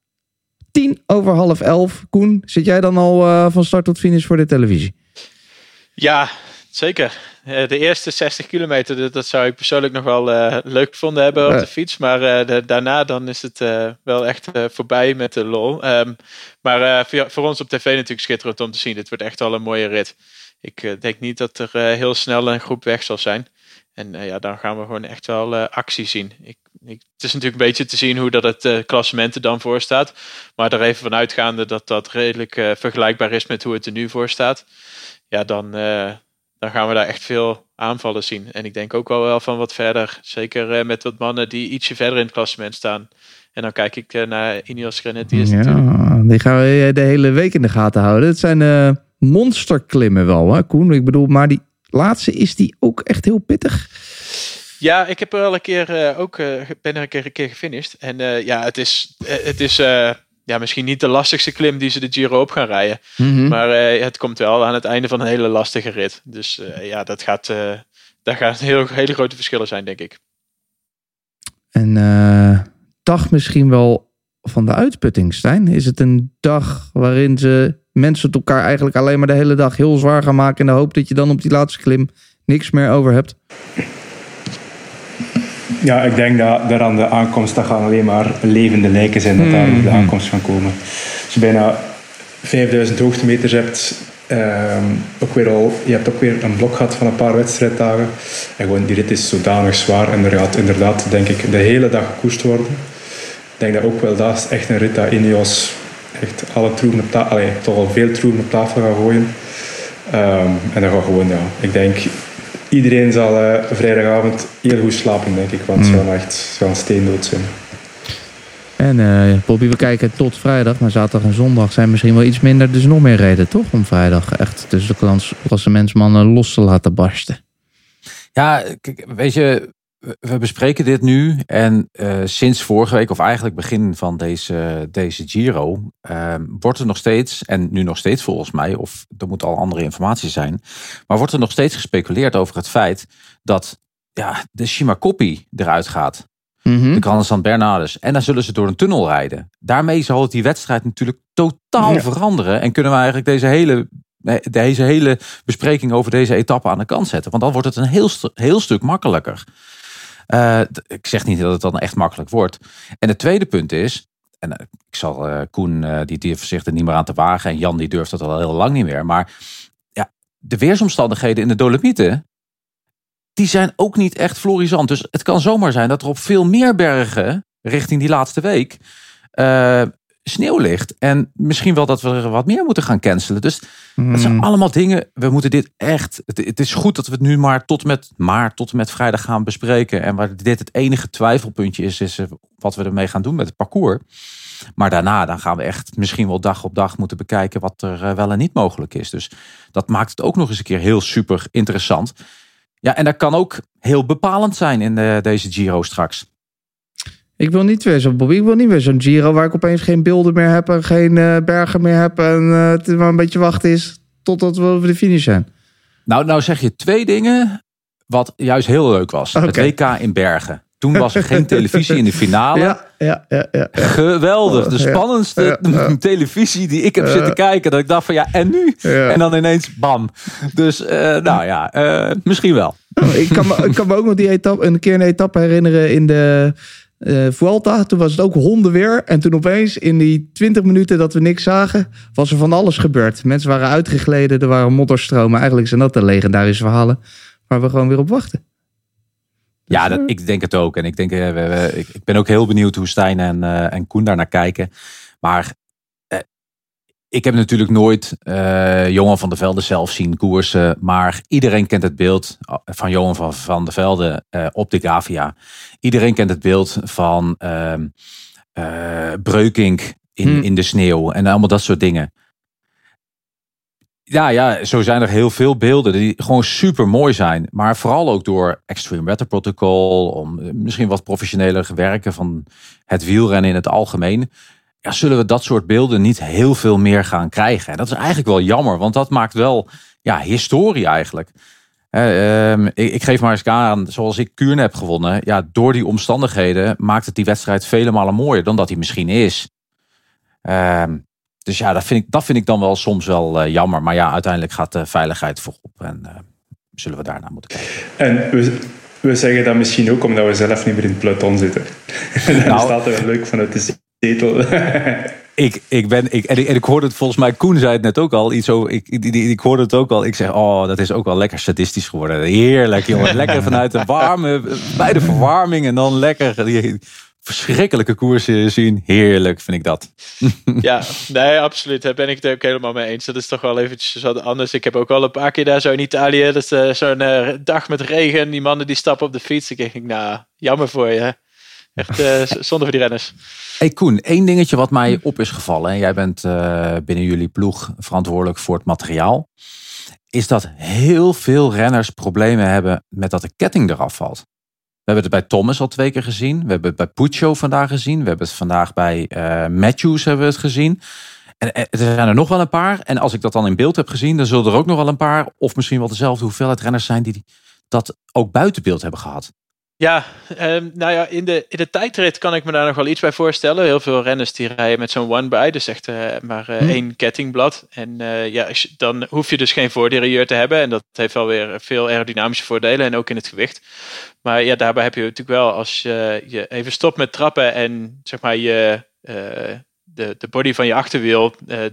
S4: 11:10. Koen, zit jij dan al van start tot finish voor de televisie?
S7: Ja, zeker. De eerste 60 kilometer, dat zou ik persoonlijk nog wel leuk gevonden hebben op de fiets. Maar daarna dan is het wel echt voorbij met de lol. Maar voor ons op tv natuurlijk schitterend om te zien. Dit wordt echt wel een mooie rit. Ik denk niet dat er heel snel een groep weg zal zijn. En dan gaan we gewoon echt wel actie zien. Het is natuurlijk een beetje te zien hoe dat het klassement er dan voor staat. Maar er even van uitgaande dat redelijk vergelijkbaar is met hoe het er nu voor staat. Ja, dan gaan we daar echt veel aanvallen zien. En ik denk ook wel van wat verder. Zeker met wat mannen die ietsje verder in het klassement staan. En dan kijk ik naar Ineos Grenadiers natuurlijk.
S4: Die gaan we de hele week in de gaten houden. Het zijn monsterklimmen wel, hè, Koen? Ik bedoel, maar die laatste is die ook echt heel pittig.
S7: Ja, ik heb er al een keer ben er een keer gefinished. En het is misschien niet de lastigste klim die ze de Giro op gaan rijden. Mm-hmm. Maar het komt wel aan het einde van een hele lastige rit. Dus daar gaan hele grote verschillen zijn, denk ik.
S4: En dag misschien wel van de uitputting, Stijn? Is het een dag waarin ze mensen het elkaar eigenlijk alleen maar de hele dag heel zwaar gaan maken in de hoop dat je dan op die laatste klim niks meer over hebt?
S6: Ja, ik denk dat daar aan de aankomst dat gaan alleen maar levende lijken zijn dat daar op de aankomst van komen. Als je bijna 5000 hoogtemeters hebt, je hebt ook weer een blok gehad van een paar wedstrijddagen. En gewoon die rit is zodanig zwaar en er gaat inderdaad, denk ik, de hele dag gekoerst worden. Ik denk dat ook wel dat is echt een rit dat Ineos echt alle troeven op tafel, toch al veel troeven op tafel gaan gooien. En dan gaat gewoon, ik denk, iedereen zal vrijdagavond heel goed slapen, denk ik, want het zal een steendood zijn.
S4: En Bobby, we kijken tot vrijdag, maar zaterdag en zondag zijn misschien wel iets minder, dus nog meer reden, toch? Om vrijdag echt tussen de klassementsmannen los te laten barsten.
S5: Ja, kijk, weet je, we bespreken dit nu en sinds vorige week, of eigenlijk begin van deze Giro, wordt er nog steeds, en nu nog steeds volgens mij, of er moet al andere informatie zijn, maar wordt er nog steeds gespeculeerd over het feit dat de Cima-Coppi eruit gaat. Mm-hmm. De Grande San Bernardus. En dan zullen ze door een tunnel rijden. Daarmee zal het die wedstrijd natuurlijk totaal veranderen. En kunnen we eigenlijk deze hele bespreking over deze etappe aan de kant zetten. Want dan wordt het een heel stuk makkelijker. Ik zeg niet dat het dan echt makkelijk wordt. En het tweede punt is, en ik zal Koen, die durft zich er niet meer aan te wagen. En Jan, die durft dat al heel lang niet meer. Maar de weersomstandigheden in de Dolomieten, die zijn ook niet echt florisant. Dus het kan zomaar zijn dat er op veel meer bergen richting die laatste week sneeuw ligt. En misschien wel dat we er wat meer moeten gaan cancelen. Dus het zijn allemaal dingen. We moeten dit echt. Het is goed dat we het nu maar tot en met vrijdag gaan bespreken. En waar dit het enige twijfelpuntje is wat we ermee gaan doen met het parcours. Maar daarna dan gaan we echt misschien wel dag op dag moeten bekijken wat er wel en niet mogelijk is. Dus dat maakt het ook nog eens een keer heel super interessant. Ja, en dat kan ook heel bepalend zijn in deze Giro straks.
S4: Ik wil niet weer zo'n Giro waar ik opeens geen beelden meer heb en geen bergen meer heb en het maar een beetje wachten is totdat we over de finish zijn.
S5: Nou zeg je twee dingen wat juist heel leuk was. Okay. Het WK in Bergen. Toen was er geen televisie in de finale.
S4: Ja.
S5: Geweldig. De spannendste televisie die ik heb zitten kijken. Dat ik dacht van en nu? Ja. En dan ineens bam. Dus misschien wel.
S4: Ik kan me ook nog een keer een etappe herinneren in de Vuelta. Toen was het ook hondenweer. En toen opeens in die 20 minuten dat we niks zagen, was er van alles gebeurd. Mensen waren uitgegleden. Er waren modderstromen. Eigenlijk zijn dat de legendarische verhalen waar we gewoon weer op wachten.
S5: Ja, ik denk het ook. En ik denk, ik ben ook heel benieuwd hoe Stijn en Koen daar naar kijken. Maar ik heb natuurlijk nooit Johan van der Velde zelf zien koersen. Maar iedereen kent het beeld van Johan van der Velde op de Gavia. Iedereen kent het beeld van Breukink in de sneeuw. En allemaal dat soort dingen. Ja, zo zijn er heel veel beelden die gewoon super mooi zijn. Maar vooral ook door Extreme Weather Protocol, om misschien wat professioneler werken van het wielrennen in het algemeen. Ja, zullen we dat soort beelden niet heel veel meer gaan krijgen. En dat is eigenlijk wel jammer, want dat maakt wel historie eigenlijk. Ik geef maar eens aan, zoals ik Kuurne heb gewonnen. Ja, door die omstandigheden maakt het die wedstrijd vele malen mooier dan dat hij misschien is. Dus ja, dat vind ik dan wel soms wel jammer. Maar ja, uiteindelijk gaat de veiligheid voorop. En zullen we daarna moeten kijken.
S6: En we zeggen dat misschien ook omdat we zelf niet meer in het peloton zitten. Dat staat er wel leuk vanuit de zetel.
S5: Ik hoorde het volgens mij, Koen zei het net ook al. Iets over, ik hoorde het ook al. Ik zeg, dat is ook wel lekker sadistisch geworden. Heerlijk, jongen. Lekker vanuit de warme, bij de verwarming. En dan lekker verschrikkelijke koersen zien. Heerlijk vind ik dat.
S7: Ja, nee, absoluut. Daar ben ik het ook helemaal mee eens. Dat is toch wel eventjes wat anders. Ik heb ook wel een paar keer daar zo in Italië. Dat is zo'n dag met regen. Die mannen die stappen op de fiets. Dan denk ik, nou, jammer voor je. Echt zonde voor die renners.
S5: Hey Koen, 1 dingetje wat mij op is gevallen. En jij bent binnen jullie ploeg verantwoordelijk voor het materiaal. Is dat heel veel renners problemen hebben met dat de ketting eraf valt. We hebben het bij Thomas al 2 keer gezien. We hebben het bij Puccio vandaag gezien. We hebben het vandaag bij Matthews hebben we het gezien. En er zijn er nog wel een paar. En als ik dat dan in beeld heb gezien, dan zullen er ook nog wel een paar, of misschien wel dezelfde hoeveelheid renners zijn die dat ook buiten beeld hebben gehad.
S7: Ja, nou ja, in de tijdrit kan ik me daar nog wel iets bij voorstellen. Heel veel renners die rijden met zo'n one-by, dus echt maar 1 kettingblad. En dan hoef je dus geen voorderailleur te hebben. En dat heeft wel weer veel aerodynamische voordelen en ook in het gewicht. Maar ja, daarbij heb je natuurlijk wel, als je even stopt met trappen en zeg maar de body van je achterwiel,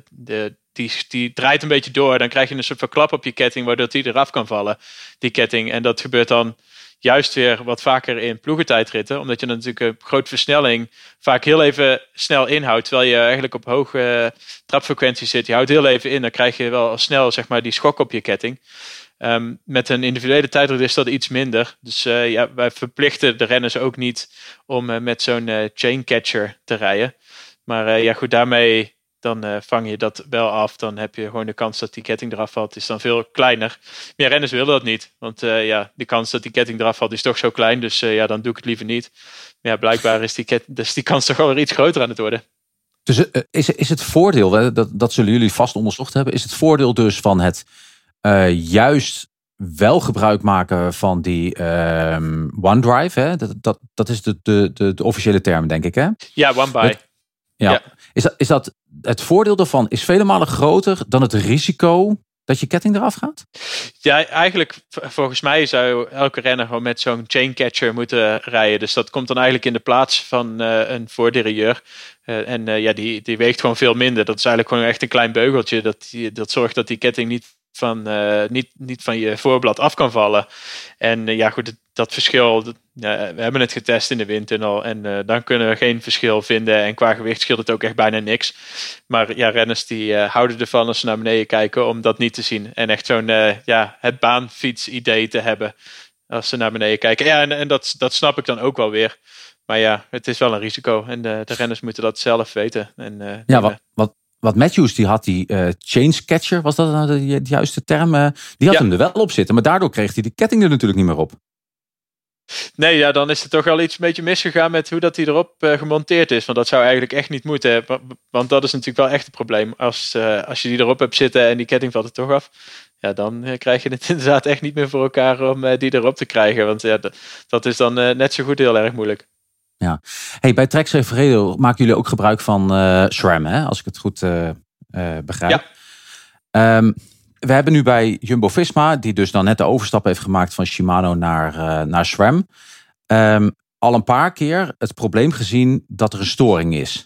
S7: die draait een beetje door. Dan krijg je een soort van klap op je ketting, waardoor die eraf kan vallen, die ketting. En dat gebeurt dan juist weer wat vaker in ploegentijdritten. Omdat je dan natuurlijk een grote versnelling vaak heel even snel inhoudt. Terwijl je eigenlijk op hoge trapfrequentie zit. Je houdt heel even in. Dan krijg je wel snel zeg maar die schok op je ketting. Met een individuele tijdrit is dat iets minder. Dus wij verplichten de renners ook niet om met zo'n chain catcher te rijden. Maar goed, daarmee dan vang je dat wel af. Dan heb je gewoon de kans dat die ketting eraf valt is dan veel kleiner. Maar renners willen dat niet. Want de kans dat die ketting eraf valt is toch zo klein. Dus dan doe ik het liever niet. Maar ja, blijkbaar is die kans toch wel weer iets groter aan het worden.
S5: Dus is het voordeel, dat zullen jullie vast onderzocht hebben, is het voordeel dus van het juist wel gebruik maken van die OneDrive, hè? Dat is de officiële term, denk ik, hè?
S7: Ja, OneBuy.
S5: Ja. Is dat het voordeel daarvan is vele malen groter dan het risico dat je ketting eraf gaat? Ja, eigenlijk volgens mij zou elke renner gewoon met zo'n chain catcher moeten rijden. Dus dat komt dan eigenlijk in de plaats van een voorderailleur. Die weegt gewoon veel minder. Dat is eigenlijk gewoon echt een klein beugeltje. Dat zorgt dat die ketting niet van je voorblad af kan vallen. En goed, dat verschil, we hebben het getest in de windtunnel en dan kunnen we geen verschil vinden. En qua gewicht scheelt het ook echt bijna niks. Maar ja, renners die houden ervan als ze naar beneden kijken om dat niet te zien. En echt zo'n het baanfiets idee te hebben als ze naar beneden kijken. Ja, en dat snap ik dan ook wel weer. Maar ja, het is wel een risico en de renners moeten dat zelf weten. En, wat Matthews die had, die chain catcher, was dat nou de juiste term? Die had hem er wel op zitten, maar daardoor kreeg hij de ketting er natuurlijk niet meer op. Nee, ja, dan is er toch wel iets een beetje misgegaan met hoe dat hij erop gemonteerd is. Want dat zou eigenlijk echt niet moeten. Want dat is natuurlijk wel echt een probleem. Als je die erop hebt zitten en die ketting valt er toch af. Ja, dan krijg je het inderdaad echt niet meer voor elkaar om die erop te krijgen. Want ja, dat is dan net zo goed heel erg moeilijk. Ja. Hey, bij Trek Segafredo maken jullie ook gebruik van SRAM, hè? Als ik het goed begrijp. Ja. We hebben nu bij Jumbo-Visma, die dus dan net de overstap heeft gemaakt van Shimano naar SRAM, al een paar keer het probleem gezien dat er een storing is.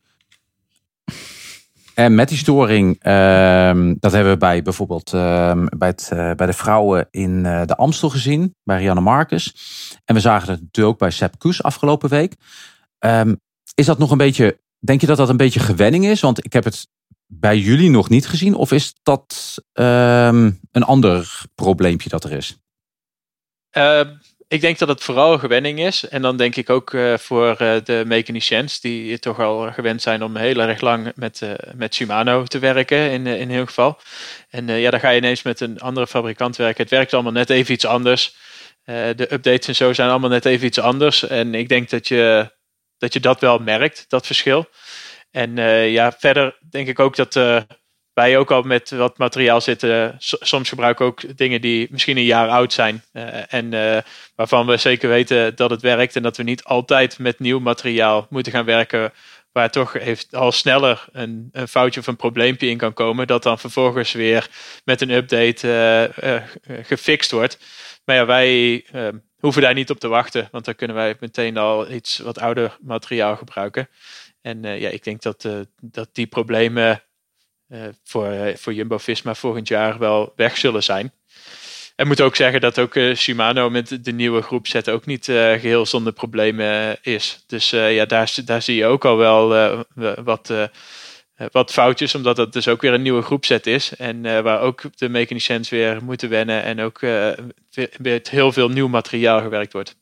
S5: En met die storing, dat hebben we bij bijvoorbeeld bij de vrouwen in de Amstel gezien, bij Rianne Marcus. En we zagen het natuurlijk ook bij Sepp Kuss afgelopen week. Is dat nog een beetje, denk je dat dat een beetje gewenning is? Want ik heb het bij jullie nog niet gezien. Of is dat een ander probleempje dat er is? Ik denk dat het vooral een gewenning is. En dan denk ik ook voor de mechaniciens die toch al gewend zijn om heel erg lang met Shimano te werken in heel geval. En dan ga je ineens met een andere fabrikant werken. Het werkt allemaal net even iets anders. De updates en zo zijn allemaal net even iets anders. En ik denk dat je dat wel merkt, dat verschil. En verder denk ik ook dat wij ook al met wat materiaal zitten. Soms gebruiken we ook dingen die misschien een jaar oud zijn. Waarvan we zeker weten dat het werkt. En dat we niet altijd met nieuw materiaal moeten gaan werken. Waar toch al sneller een foutje of een probleempje in kan komen. Dat dan vervolgens weer met een update gefixt wordt. Maar ja, wij hoeven daar niet op te wachten. Want dan kunnen wij meteen al iets wat ouder materiaal gebruiken. En ik denk dat die problemen voor Jumbo-Visma volgend jaar wel weg zullen zijn.
S7: En moet ook zeggen dat ook Shimano met de nieuwe groepset ook niet geheel zonder problemen is. Dus daar zie je ook al wel wat foutjes, omdat het dus ook weer een nieuwe groepset is. En waar ook de mechaniciens weer moeten wennen en ook met heel veel nieuw materiaal gewerkt wordt.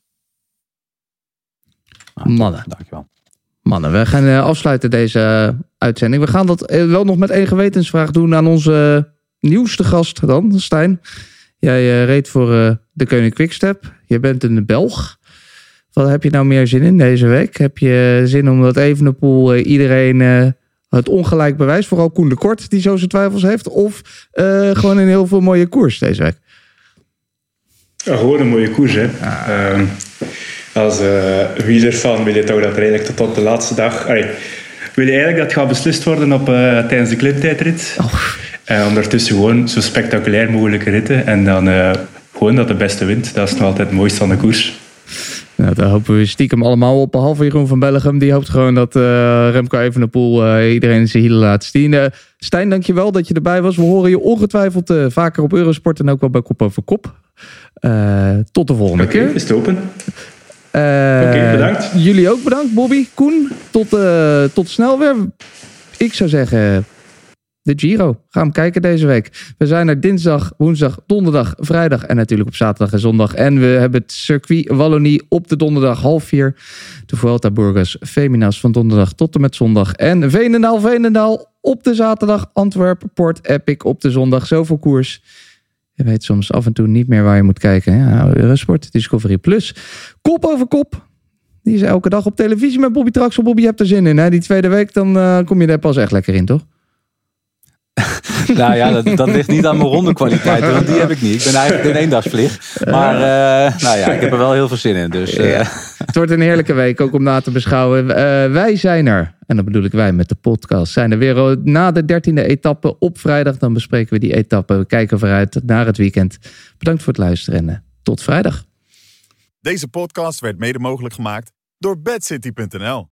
S4: Mannen.
S5: Dankjewel.
S4: Mannen, we gaan afsluiten deze uitzending. We gaan dat wel nog met één gewetensvraag doen aan onze nieuwste gast dan, Stijn. Jij reed voor de Koning Quickstep. Je bent een Belg. Wat heb je nou meer zin in deze week? Heb je zin om dat Evenepoel iedereen het ongelijk bewijs, vooral Koen de Kort die zo zijn twijfels heeft, of gewoon een heel veel mooie koers deze week?
S6: Ja, gewoon een mooie koers, hè. Als wielerfan wil je toch dat er eigenlijk tot op de laatste dag... wil je eigenlijk dat het gaat beslist worden tijdens de klimtijdrit. Ondertussen gewoon zo spectaculair mogelijke ritten. En dan gewoon dat de beste wint. Dat is nog altijd het mooiste van de koers.
S4: Nou, daar hopen we stiekem allemaal op. Behalve Jeroen van Bellegem. Die hoopt gewoon dat Remco Evenepoel iedereen zijn hielen laat zien. Stijn, dankjewel dat je erbij was. We horen je ongetwijfeld vaker op Eurosport en ook wel bij Kop Over Kop. Tot de volgende keer.
S6: Is het open. Oké, bedankt.
S4: Jullie ook bedankt, Bobby, Koen. Tot snel weer. Ik zou zeggen, de Giro. Ga hem kijken deze week. We zijn er dinsdag, woensdag, donderdag, vrijdag en natuurlijk op zaterdag en zondag. En we hebben het circuit Wallonie op de donderdag 3:30. De Vuelta Burgos Feminas van donderdag tot en met zondag. En Veenendaal op de zaterdag. Antwerpen, Port Epic op de zondag. Zoveel koers. Je weet soms af en toe niet meer waar je moet kijken. Ja, Eurosport, Discovery Plus. Kop over kop. Die is elke dag op televisie met Bobby Traxel. Bobby, je hebt er zin in, hè? Die tweede week, dan kom je er pas echt lekker in, toch?
S5: Nou ja, dat ligt niet aan mijn rondekwaliteiten, want die heb ik niet. Ik ben eigenlijk in eendagsvlieg. Maar ik heb er wel heel veel zin in. Dus,
S4: Het wordt een heerlijke week, ook om na te beschouwen. Wij zijn er, en dat bedoel ik wij met de podcast, zijn er weer na de 13e etappe op vrijdag. Dan bespreken we die etappe. We kijken vooruit naar het weekend. Bedankt voor het luisteren en tot vrijdag.
S1: Deze podcast werd mede mogelijk gemaakt door bedcity.nl.